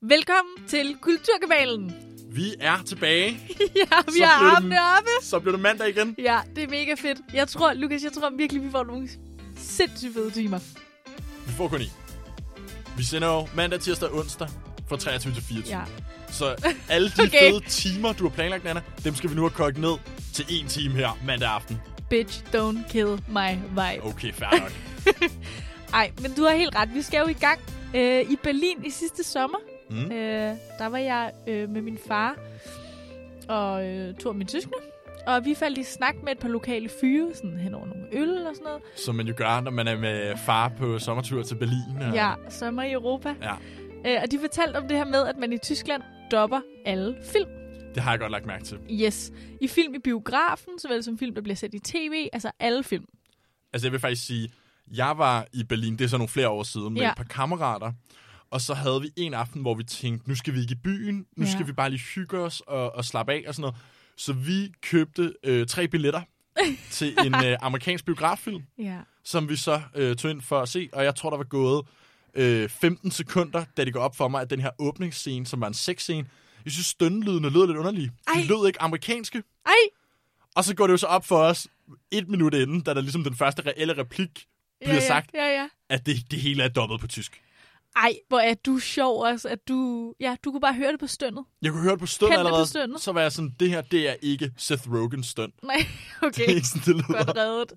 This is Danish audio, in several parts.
Velkommen til Kulturkabalen. Vi er tilbage. Ja, vi har armene oppe. Så bliver det mandag igen. Ja, det er mega fedt. Jeg tror virkelig, vi får nogle sindssygt fede timer. Vi får kun 1. Vi sender jo mandag, tirsdag og onsdag fra 23 til 24. Ja. Så alle de fede timer, du har planlagt, Nana, dem skal vi nu have kogt ned til 1 time her mandag aften. Bitch, don't kill my vibe. Okay, fair nok. Ej, men du har helt ret. Vi skal jo i gang i Berlin i sidste sommer. Der var jeg med min far og to af mine søskende. Og vi faldt i snak med et par lokale fyre, sådan hen over nogle øl og sådan noget. Som man jo gør, når man er med far på sommertur til Berlin. Og... Ja, sommer i Europa. Ja. Og de fortalte om det her med, at man i Tyskland dubber alle film. Det har jeg godt lagt mærke til. Yes. I film i biografen, såvel som film, der bliver set i tv. Altså alle film. Altså jeg vil faktisk sige, jeg var i Berlin, det er så nogle flere år siden, med et par kammerater. Og så havde vi en aften, hvor vi tænkte, nu skal vi ikke i byen, nu skal vi bare lige hygge os og slappe af og sådan noget. Så vi købte 3 billetter til en amerikansk biograffilm, som vi så tog ind for at se. Og jeg tror, der var gået 15 sekunder, da det går op for mig, at den her åbningsscene, som var en sexscene, jeg synes, stønnelydene lød lidt underlige. De lød ikke amerikanske. Ej. Og så går det jo så op for os 1 minut inden, da der ligesom den første reelle replik bliver sagt, at det hele er dobbelt på tysk. Ej, hvor er du sjov også, at du kunne bare høre det på stønnet. Jeg kunne høre det på stønnet allerede. Så var jeg sådan, det her, det er ikke Seth Rogans støn. Nej, okay. Det er ikke sådan, det lyder. Godt reddet.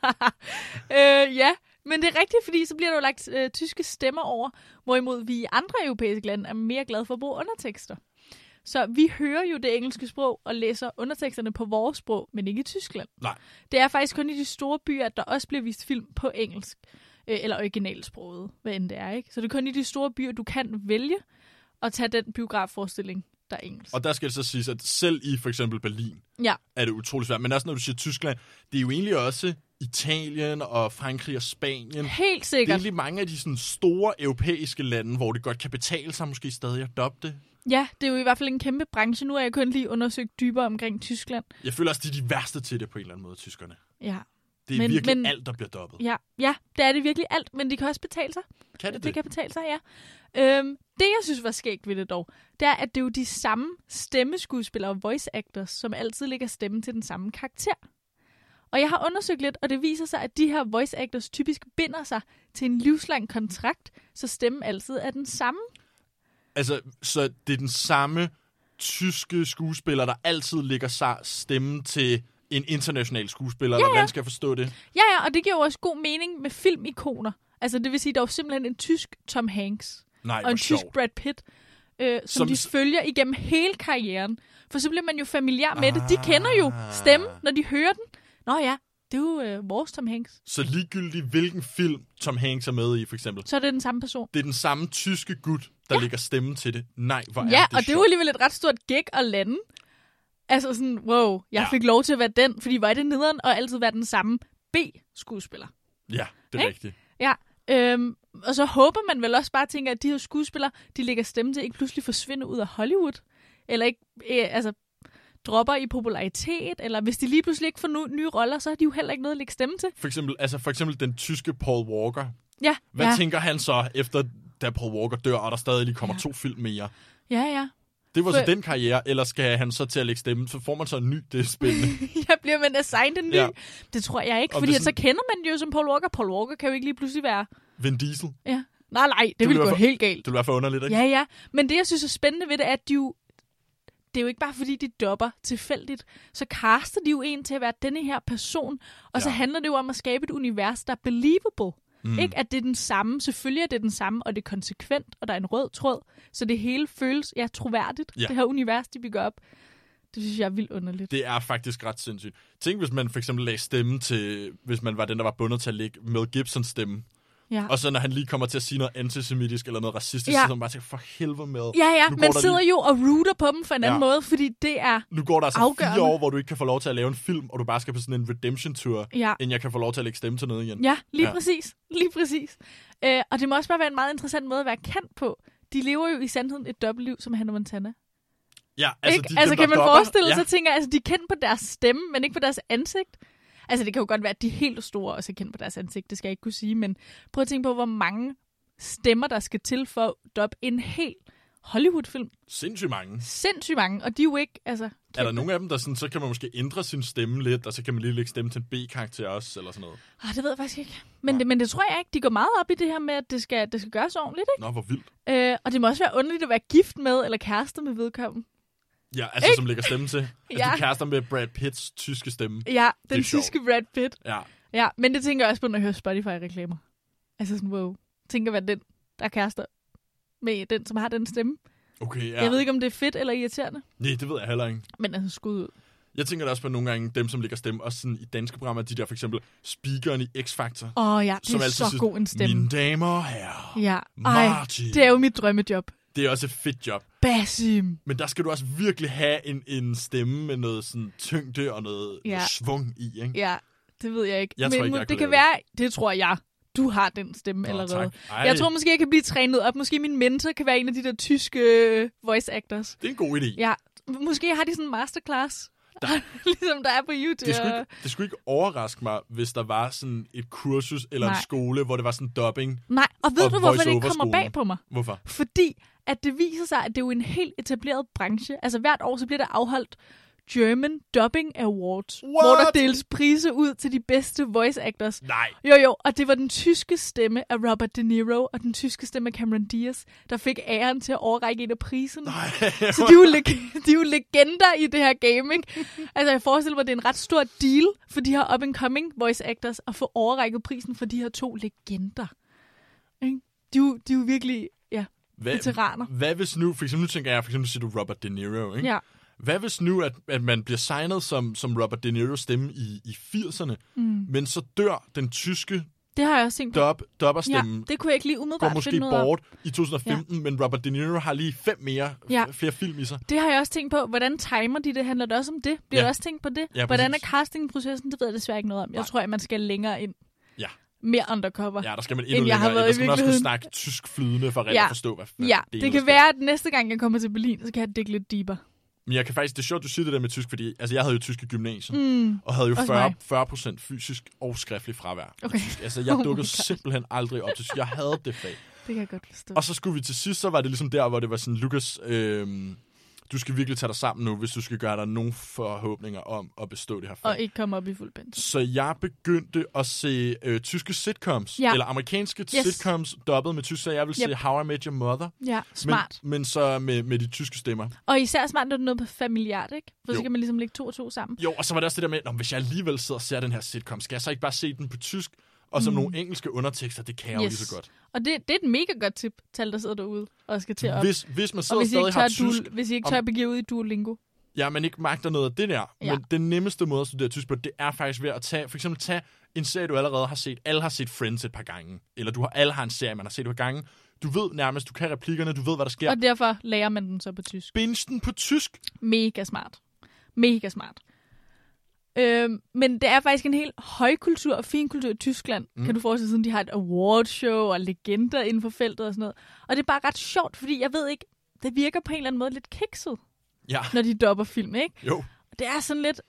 Ja. Men det er rigtigt, fordi så bliver der jo lagt tyske stemmer over, hvorimod vi i andre europæiske lande er mere glade for at bruge undertekster. Så vi hører jo det engelske sprog og læser underteksterne på vores sprog, men ikke i Tyskland. Nej. Det er faktisk kun i de store byer, at der også bliver vist film på engelsk. Eller originalsproget, hvad end det er, ikke? Så det er kun i de store byer, du kan vælge at tage den biografforestilling, der er engelsk. Og der skal det så siges, at selv i for eksempel Berlin er det utroligt svært. Men også når du siger Tyskland, det er jo egentlig også Italien og Frankrig og Spanien. Helt sikkert. Det er egentlig mange af de sådan store europæiske lande, hvor det godt kan betale sig måske stadig at dubbe det. Ja, det er jo i hvert fald en kæmpe branche. Nu har jeg kun lige undersøgt dybere omkring Tyskland. Jeg føler også, de er de værste til det på en eller anden måde, tyskerne. Ja. Det er virkelig alt, der bliver dobbelt. Ja, det er det virkelig alt, men det kan også betale sig. Kan det? Det kan betale sig, ja. Det, jeg synes var skægt ved det dog, det er, at det er jo de samme stemmeskuespillere og voice actors, som altid lægger stemme til den samme karakter. Og jeg har undersøgt lidt, og det viser sig, at de her voice actors typisk binder sig til en livslang kontrakt, så stemmen altid er den samme. Altså, så det er den samme tyske skuespiller, der altid lægger stemmen til en international skuespiller, eller hvordan skal jeg forstå det? Ja, og det giver jo også god mening med filmikoner. Altså, det vil sige, der er jo simpelthen en tysk Tom Hanks og en tysk Brad Pitt, som de følger igennem hele karrieren. For så bliver man jo familiær med det. De kender jo stemmen, når de hører den. Nå ja, det er jo vores Tom Hanks. Så ligegyldigt hvilken film Tom Hanks er med i, for eksempel. Så er det den samme person. Det er den samme tyske gut, der lægger stemmen til det. Nej, hvor er det sjovt. Ja, og det er jo alligevel et ret stort gig at lande. Altså sådan, wow, jeg fik lov til at være den, fordi var det nederen, og altid være den samme B-skuespiller. Ja, det er rigtigt. Ja, og så håber man vel også bare tænker, at de her skuespillere, de lægger stemme til ikke pludselig forsvinde ud af Hollywood, eller ikke, dropper i popularitet, eller hvis de lige pludselig ikke får nye roller, så har de jo heller ikke noget at lægge stemme til. For eksempel den tyske Paul Walker. Ja. Hvad tænker han så, efter da Paul Walker dør, og der stadig lige kommer 2 film mere? Ja. Det var så den karriere, eller skal han så til at lægge stemme? Så får man så en ny, det er spændende. Bliver man assigned en ny? Ja. Det tror jeg ikke, fordi så kender man jo som Paul Walker. Paul Walker kan jo ikke lige pludselig være... Vin Diesel? Ja. Nej, det ville gå helt galt. Det ville være for underligt, ikke? Ja. Men det, jeg synes er spændende ved det, er, at det er jo ikke bare fordi, de dubber tilfældigt. Så caster de jo en til at være denne her person, og så handler det jo om at skabe et univers, der er believable. Ikke at det er den samme. Selvfølgelig er det den samme, og det er konsekvent, og der er en rød tråd. Så det hele føles troværdigt. Ja. Det her univers, de bygger op. Det synes jeg er vildt underligt. Det er faktisk ret sindssygt. Tænk, hvis man for eksempel lagde stemme til, hvis man var den, der var bundet til at lægge Mel Gibsons stemme. Ja. Og så når han lige kommer til at sige noget antisemitisk eller noget racistisk, så man bare tænker, for helvede med. Ja, man sidder jo og rooter på dem for en anden måde, fordi det er nu går der altså afgørende. 4 år, hvor du ikke kan få lov til at lave en film, og du bare skal på sådan en redemption-tur, inden jeg kan få lov til at lægge stemme til noget igen. Ja, lige præcis. Og det må også bare være en meget interessant måde at være kendt på. De lever jo i sandheden et dobbeltliv som Hannah Montana. Ja, altså kan man forestille sig, tænker altså, de er kendt på deres stemme, men ikke på deres ansigt. Altså, det kan jo godt være, at de helt store også er kendt på deres ansigt, det skal jeg ikke kunne sige, men prøv at tænke på, hvor mange stemmer, der skal til for at dubbe en helt Hollywood-film. Sindssygt mange. Og de er jo ikke, altså... Kæmpe. Er der nogle af dem, der sådan, så kan man måske ændre sin stemme lidt, og så kan man lige lægge stemme til en B-karakter også, eller sådan noget? Det ved jeg faktisk ikke. Men det tror jeg ikke. De går meget op i det her med, at det skal gøres ordentligt, ikke? Nå, hvor vildt. Og det må også være underligt at være gift med, eller kærester med vedkommende. Ja, altså ikke? Som lægger stemme til. Altså, du kærester med Brad Pitts tyske stemme. Ja, den tyske Brad Pitt. Ja, men det tænker jeg også på, når jeg hører Spotify-reklamer. Altså sådan, wow. Tænker, hvad den, der kærester med den, som har den stemme. Okay, ja. Jeg ved ikke, om det er fedt eller irriterende. Nej, det ved jeg heller ikke. Men altså, skud ud. Jeg tænker da også på nogle gange, dem som lægger stemme, også sådan i danske programmer, de der for eksempel speakeren i X-Factor. Ja, det er så god en stemme. Mine damer og herrer, ja. Martin. Det er jo mit drømmejob. Det er også et fedt job. Basim. Men der skal du også virkelig have en stemme med noget sådan tyngde og noget svung i, ikke? Ja, det ved jeg ikke. Jeg tror ikke, det kan være, det tror jeg. Du har den stemme allerede. Jeg tror måske, jeg kan blive trænet op. Måske min mentor kan være en af de der tyske voice actors. Det er en god idé. Ja, måske har de sådan en masterclass. Ligesom der er på YouTube. Det skulle ikke overraske mig, hvis der var sådan et kursus eller en skole, hvor det var sådan dubbing. Nej, og ved du, hvorfor det ikke kommer bag på mig? Hvorfor? Fordi, at det viser sig, at det er jo en helt etableret branche. Altså hvert år, så bliver der afholdt German Dubbing Awards, hvor der deles priser ud til de bedste voice actors. Nej. Jo, og det var den tyske stemme af Robert De Niro og den tyske stemme af Cameron Diaz, der fik æren til at overrække en af priserne. Nej. Så de er jo legender i det her game, ikke? Altså jeg forestiller mig, at det er en ret stor deal for de her up-and-coming voice actors at få overrækket prisen for de her 2 legender. Ikke? De er jo virkelig, veteraner. Hvad hvis nu, for eksempel nu tænker jeg, siger du Robert De Niro, ikke? Ja. Hvad hvis nu, at man bliver signet som Robert De Niros stemme i 80'erne, men så dør den tyske det har jeg også tænkt på. dobberstemmen. Ja, det kunne jeg ikke lige umiddelbart går måske bort i 2015, men Robert De Niro har lige 5 flere film i sig. Det har jeg også tænkt på. Hvordan timer de det? Handler det også om det? Bliver du også tænkt på det? Ja, hvordan er castingprocessen? Det ved jeg desværre ikke noget om. Jeg tror, at man skal længere ind. Ja. Mere undercover. Ja, der skal man endnu længere ind. Der skal man også kunne snakke tysk flydende for at forstå, hvad det kan være, at næste gang jeg kommer til Berlin, så kan jeg dække lidt deeper. Men jeg kan faktisk, det er sjovt, du siger det der med tysk, fordi altså, jeg havde jo tysk i gymnasiet, og havde jo 40% fysisk og skriftlig fravær. Okay. Altså, jeg dukkede simpelthen aldrig op til tysk. Jeg havde det fag. Det kan jeg godt forstå. Og så skulle vi til sidst, så var det ligesom der, hvor det var sådan, Lukas, du skal virkelig tage dig sammen nu, hvis du skal gøre dig nogle forhåbninger om at bestå det her fag. Og ikke komme op i fuld band. Så jeg begyndte at se tyske sitcoms, eller amerikanske sitcoms, dobbelt med tysk, så jeg vil se How I Met Your Mother. Ja, smart. Men så med de tyske stemmer. Og især smart, når det er noget på familiært, ikke? For så kan man ligesom lægge 2 og 2 sammen. Jo, og så var det også det der med, hvis jeg alligevel sidder og ser den her sitcom, skal jeg så ikke bare se den på tysk, og som nogle engelske undertekster, det kan jeg jo lige så godt. Og det er et mega godt tip til alle, der sidder derude og skal til op. Hvis man sidder og stadig har tysk... Hvis I ikke tør at begive ud i Duolingo. Ja, man ikke magter noget af det der. Ja. Men den nemmeste måde at studere tysk på, det er faktisk ved at tage en serie, du allerede har set. Alle har set Friends et par gange. Eller alle har en serie, man har set et par gange. Du ved nærmest, du kan replikkerne, du ved, hvad der sker. Og derfor lærer man den så på tysk. Binge den på tysk. Mega smart. Mega smart. Men det er faktisk en helt højkultur og fin kultur i Tyskland. Kan du forestille sig, at de har et awardshow og legender inden for feltet og sådan noget. Og det er bare ret sjovt, fordi jeg ved ikke, det virker på en eller anden måde lidt kikset, når de dubber film, ikke? Jo. Det er sådan lidt,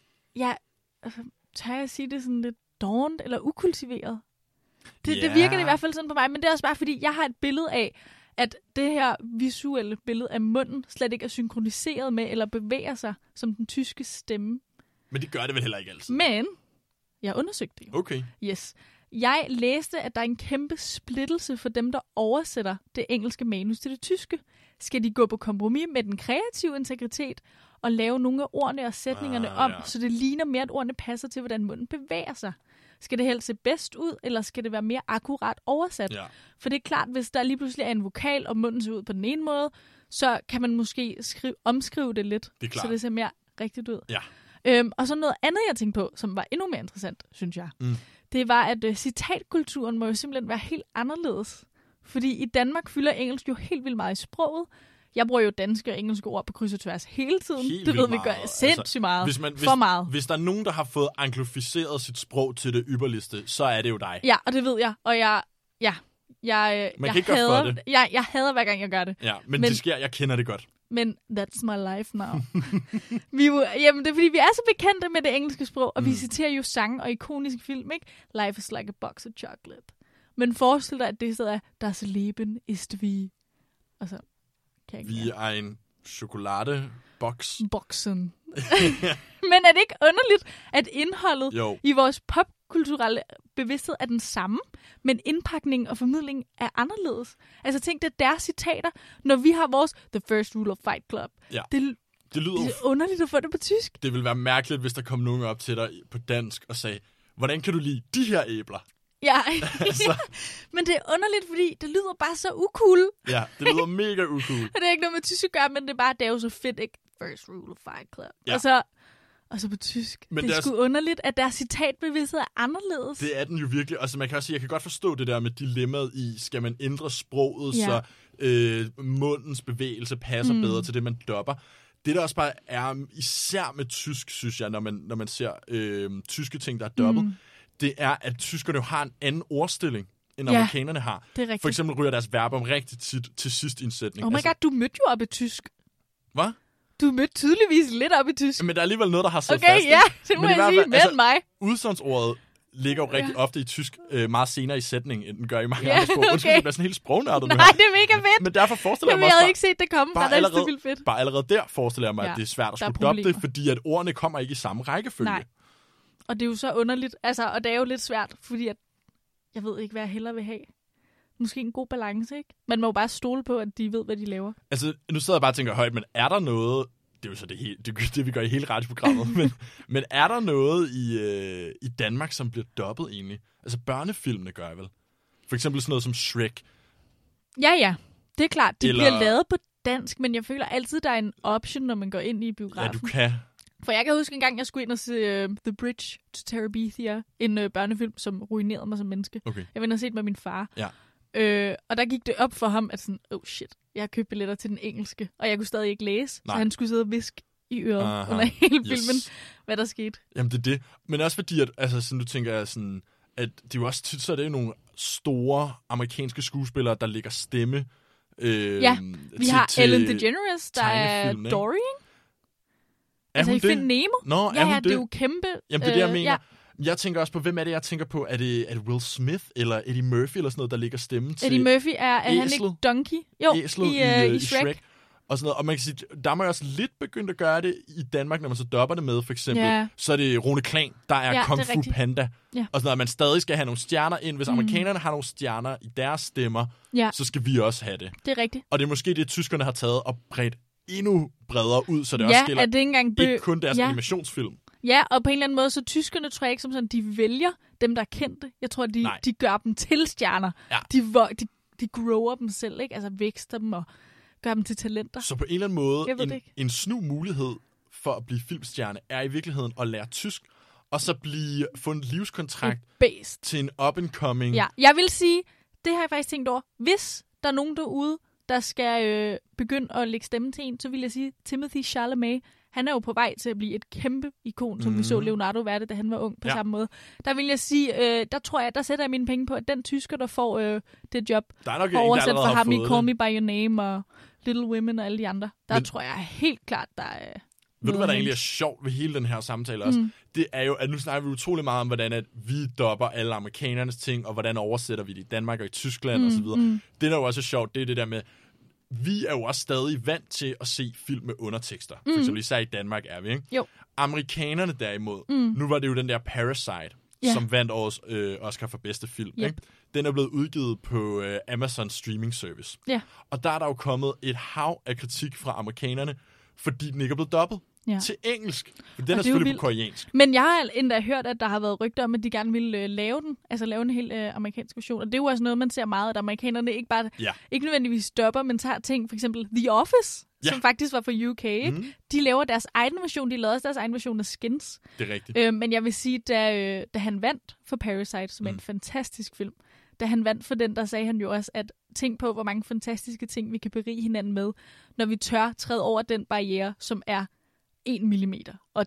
tør jeg sige det sådan lidt dårligt eller ukultiveret? Det virker det i hvert fald sådan på mig, men det er også bare, fordi jeg har et billede af, at det her visuelle billede af munden slet ikke er synkroniseret med eller bevæger sig som den tyske stemme. Men det gør det vel heller ikke altid. Men jeg undersøgte det jo. Okay. Yes. Jeg læste, at der er en kæmpe splittelse for dem, der oversætter det engelske manus til det tyske. Skal de gå på kompromis med den kreative integritet og lave nogle af ordene og sætningerne om, så det ligner mere, at ordene passer til, hvordan munden bevæger sig? Skal det helst se bedst ud, eller skal det være mere akkurat oversat? Ja. For det er klart, hvis der lige pludselig er en vokal, og munden ser ud på den ene måde, så kan man måske omskrive det lidt, så det ser mere rigtigt ud. Ja. Og så noget andet, jeg tænkte på, som var endnu mere interessant, synes jeg. Det var, at citatkulturen må jo simpelthen være helt anderledes. Fordi i Danmark fylder engelsk jo helt vildt meget i sproget. Jeg bruger jo danske og engelske ord på kryds og tværs hele tiden. Helt det ved vi gør sindssygt meget. For meget. Hvis der er nogen, der har fået anglificeret sit sprog til det ypperligste, så er det jo dig. Ja, og det ved jeg. Og jeg hader hver gang jeg gør det. Ja, men det sker, jeg kender det godt. Men that's my life now. Jamen, det er fordi, vi er så bekendte med det engelske sprog, og vi citerer jo sange og ikoniske film, ikke? Life is like a box of chocolate. Men forestil dig, at det stedet er, das Leben ist wie... Og så Vi er en chokoladeboks. Boksen. Men er det ikke underligt, at indholdet i vores popkulturelle bevidsthed er den samme, men indpakningen og formidlingen er anderledes? Altså tænk, det er deres citater, når vi har vores The First Rule of Fight Club. Ja. Det lyder det er underligt at få det på tysk. Det ville være mærkeligt, hvis der kom nogen op til dig på dansk og sagde, hvordan kan du lide de her æbler? Ja, altså. Men det er underligt, fordi det lyder bare så ucool. Ja, det lyder mega ucool. Det er ikke noget med tysk at gøre, men det er jo så fedt, ikke? First Rule of Fight Club. Ja. Og så på tysk. Men det er sgu underligt, at deres citatbevidsthed er anderledes. Det er den jo virkelig. Altså man kan også sige, jeg kan godt forstå det der med dilemmaet i, skal man ændre sproget, så mundens bevægelse passer bedre til det, man dubber. Det der også bare er, især med tysk, synes jeg, når man ser tyske ting, der er dubbet, det er, at tyskerne jo har en anden ordstilling, end amerikanerne har. Det er rigtigt. For eksempel ryger deres verb om rigtig tit til sidst i en sætning. Oh my god, du mødte jo op i tysk. Hvad? Du mødte tydeligvis lidt op i tysk. Men der er alligevel noget, der har siddet fast. Okay, ja, det må jeg sige, mere end mig. Udsagnordet ligger jo rigtig ofte i tysk meget senere i sætningen, end den gør i mange andre sprog. Undskyld, det bliver sådan helt sprognørdet nu her. Nej, det er mega fedt. Men derfor forestiller jeg mig også... Jeg havde ikke set det komme, bare allerede der forestiller jeg mig, at det er svært at skulle doppe det, fordi at ordene kommer ikke i samme rækkefølge. Nej. Og det er jo så underligt, altså, og det er jo lidt svært, fordi at, jeg ved ikke, hvad jeg hellere vil have. Måske en god balance, ikke? Man må jo bare stole på, at de ved, hvad de laver. Altså, nu sidder jeg bare og tænker højt, men er der noget... Det er jo så det vi gør i hele radioprogrammet, men er der noget i Danmark, som bliver dubbet egentlig? Altså, børnefilmene gør jeg vel? For eksempel sådan noget som Shrek. Ja. Det er klart, det bliver lavet på dansk, men jeg føler altid, der er en option, når man går ind i biografen. Ja, du kan. For jeg kan huske en gang, jeg skulle ind og se The Bridge to Terabithia, en børnefilm, som ruinerede mig som menneske. Okay. Jeg var inde og set med min far. Ja. Og der gik det op for ham, at sådan, shit, jeg har købt billetter til den engelske, og jeg kunne stadig ikke læse, så han skulle sidde og viske i øret under hele filmen, hvad der skete. Jamen det er det. Men også fordi, at altså, sådan, du tænker sådan, at det er jo også tit, så er det nogle store amerikanske skuespillere, der lægger stemme. Vi har Ellen DeGeneres, der er Dory, ikke? Altså i Find Nemo. Nå, det er jo kæmpe. Jamen det er det, jeg mener. Ja. Jeg tænker også på, hvem er det, jeg tænker på? Er det Will Smith eller Eddie Murphy eller sådan noget, der lægger stemmen til? Eddie Murphy er han ikke Donkey? Jo, i Shrek. Og sådan noget. Og man kan sige, der må jeg også lidt begyndt at gøre det i Danmark, når man så dubber det med, for eksempel. Så er det Rune Klan, der er Kung Fu Panda. Ja. Og sådan noget, at man stadig skal have nogle stjerner ind. Hvis amerikanerne har nogle stjerner i deres stemmer, så skal vi også have det. Det er rigtigt. Og det er måske det, tyskerne har taget og bredt endnu bredere ud, så det også gælder ikke kun deres animationsfilm. Ja, og på en eller anden måde, så tyskerne tror jeg ikke som sådan, de vælger dem, der er kendte. Jeg tror, de gør dem til stjerner. Ja. De grower dem selv, ikke? Altså vækster dem og gør dem til talenter. Så på en eller anden måde, en snu mulighed for at blive filmstjerne, er i virkeligheden at lære tysk, og så få en livskontrakt til en up-and-coming... Ja, jeg vil sige, det har jeg faktisk tænkt over. Hvis der er nogen derude, der skal begynde at lægge stemme til en, så vil jeg sige, Timothée Chalamet, han er jo på vej til at blive et kæmpe ikon, som vi så Leonardo være det, da han var ung på samme måde. Der vil jeg sige, der sætter jeg mine penge på, at den tysker, der får det job, oversat for ham i Call Me By Your Name og Little Women og alle de andre, tror jeg helt klart, der er... Ved du, hvad der egentlig er sjovt ved hele den her samtale også? Det er jo, at nu snakker vi utrolig meget om, hvordan at vi dubber alle amerikanernes ting, og hvordan oversætter vi det i Danmark og i Tyskland osv. Det, der jo også er sjovt, det er det der med, vi er jo også stadig vant til at se film med undertekster. For eksempel især i Danmark er vi, ikke? Jo. Amerikanerne derimod, nu var det jo den der Parasite, som vandt årets Oscar for bedste film. Yep. Ikke? Den er blevet udgivet på Amazon Streaming Service. Ja. Og der er der jo kommet et hav af kritik fra amerikanerne, fordi den ikke er blevet dubbet til engelsk. For den er selvfølgelig på koreansk. Men jeg har endda hørt, at der har været rygter om, at de gerne ville lave den. Altså lave en helt amerikansk version. Og det er jo også noget, man ser meget, at amerikanerne ikke bare ikke nødvendigvis dubber, men tager ting, for eksempel The Office, som faktisk var fra UK. De laver deres egen version. De lavede også deres egen version af Skins. Det er rigtigt. Men jeg vil sige, da han vandt for Parasite, som er en fantastisk film, da han vandt for den, der sagde han jo også, at tænk på, hvor mange fantastiske ting, vi kan berige hinanden med, når vi tør træde over den barriere, som er 1 millimeter. Og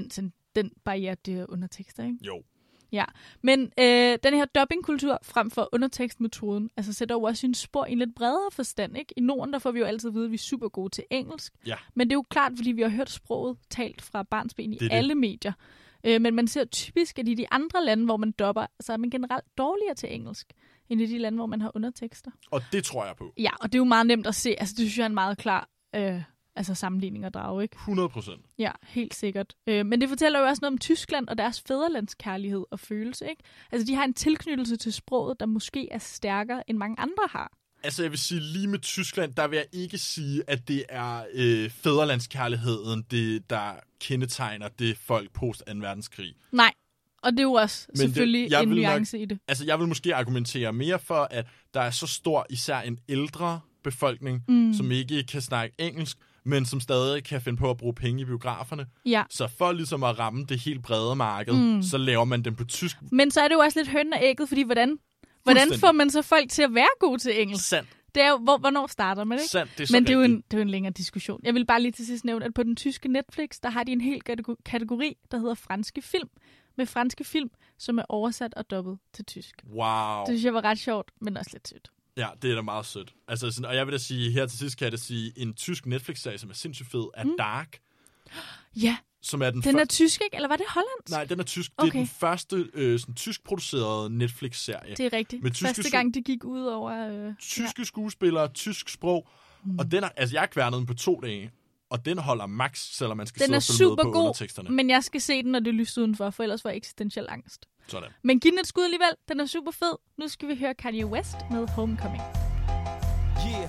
den barriere, det er undertekster, ikke? Jo. Ja, men den her dubbingkultur frem for undertekstmetoden, altså sætter jo også sin spor i en lidt bredere forstand, ikke? I Norden, der får vi jo altid at vide, at vi er super gode til engelsk. Ja. Men det er jo klart, fordi vi har hørt sproget talt fra barnsben i alle medier. Men man ser typisk, at i de andre lande, hvor man dubber, så er man generelt dårligere til engelsk. end i de lande, hvor man har undertekster. Og det tror jeg på. Ja, og det er jo meget nemt at se. Altså, det synes jeg er en meget klar sammenligning at drage, ikke? 100%. Ja, helt sikkert. Men det fortæller jo også noget om Tyskland og deres fædrelandskærlighed og følelse, ikke? Altså, de har en tilknyttelse til sproget, der måske er stærkere, end mange andre har. Altså, jeg vil sige, lige med Tyskland, der vil jeg ikke sige, at det er fædrelandskærligheden, der kendetegner det folk post 2. verdenskrig. Nej, og det er jo også selvfølgelig en nuance i det. Altså, jeg vil måske argumentere mere for, at der er så stor, især en ældre befolkning, som ikke kan snakke engelsk, men som stadig kan finde på at bruge penge i biograferne. Ja. Så for ligesom at ramme det helt brede marked, så laver man dem på tysk. Men så er det jo også lidt hønnen og ægget, fordi hvordan får man så folk til at være gode til engelsk? Sandt. Det er jo, hvornår starter man, ikke? Sandt, det er så men det er jo en længere diskussion. Jeg vil bare lige til sidst nævne, at på den tyske Netflix, der har de en hel kategori, der hedder franske film. Med franske film, som er oversat og dubbet til tysk. Wow. Det synes jeg var ret sjovt, men også lidt sødt. Ja, det er da meget sødt. Altså, sådan, og jeg vil da sige, her til sidst kan jeg da sige, en tysk Netflix-serie, som er sindssygt fed, er Dark. Ja, som er den er tysk, ikke? Eller var det hollandsk? Nej, den er tysk. Okay. Det er den første tysk-producerede Netflix-serie. Det er rigtigt. Første gang, det gik ud over... tyske skuespillere, tysk sprog. Og den er, altså, jeg kværnede den på 2 dage. Og den holder max, selvom man skal sidde og følge med på underteksterne. Men jeg skal se den, når det er lyst udenfor, for ellers får jeg eksistentiel angst. Sådan. Men giv den et skud alligevel. Den er super fed. Nu skal vi høre Kanye West med Homecoming. Yeah.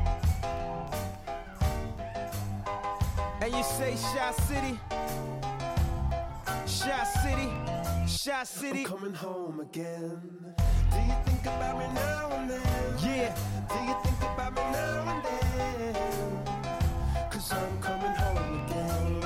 And you say Shy City. Shy City. Shy City. I'm coming home again. Do you think about me now and then? Yeah. Do you think about me now and then? I'm coming home again.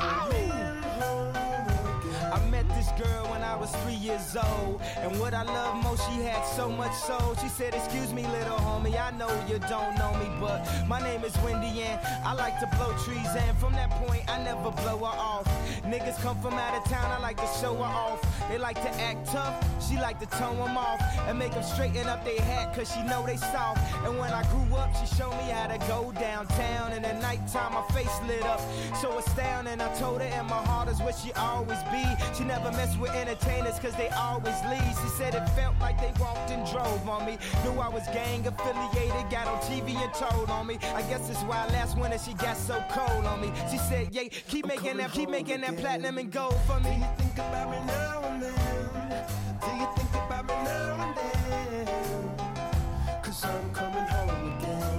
I met this girl when I was 3 years old, and what I love most, she had so much soul. She said, excuse me, little homie, I know you don't know me, but my name is Wendy, and I like to blow trees, and from that point, I never blow her off. Niggas come from out of town, I like to show her off. They like to act tough, she like to tone them off, and make them straighten up their hat, cause she know they soft. And when I grew up, she showed me how to go downtown, and at nighttime, my face lit up, so astounding. I told her, and my heart is where she always be. She never messed with entertainers, cause they always leave. She said it felt like they walked and drove on me. Knew I was gang affiliated, got on TV and told on me. I guess it's why last winter she got so cold on me. She said, yeah, keep making that platinum and gold for me. Do you think about me now and then? Do you think about me now and then? Cause I'm coming home again.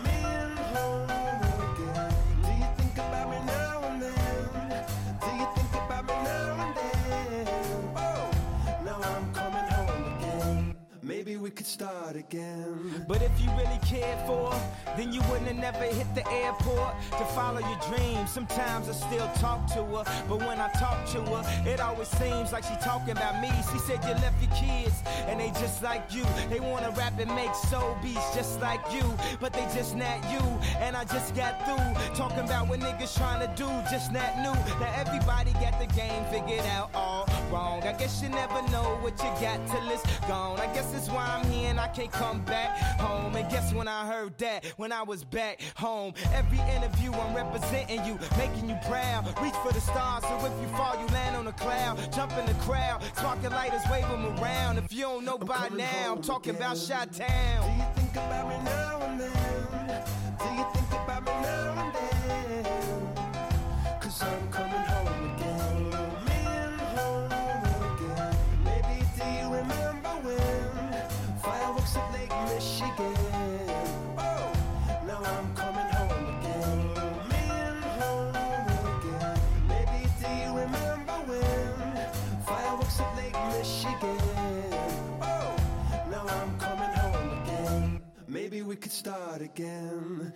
Maybe we could start again. But if you really cared for her, then you wouldn't have never hit the airport to follow your dreams. Sometimes I still talk to her, but when I talk to her, it always seems like she talking about me. She said you left your kids, and they just like you. They wanna rap and make soul beats just like you, but they just not you. And I just got through talking about what niggas trying to do, just not new. Now everybody got the game figured out all wrong. I guess you never know what you got till it's gone. I guess it's why I'm here and I can't come back home. And guess when I heard that, when I was back home. Every interview I'm representing you, making you proud. Reach for the stars, so if you fall you land on a cloud. Jump in the crowd, sparking lighters, wave them around. If you don't know by now, I'm talking about Chi-Town. Do you think about me now and then? Do you think about me now and then? Cause I'm coming home again. Maybe do you remember when fireworks at Lake Michigan? Oh, now I'm coming home again. Maybe do you remember when fireworks at Lake Michigan? Oh, now I'm coming home again. Maybe we could start again.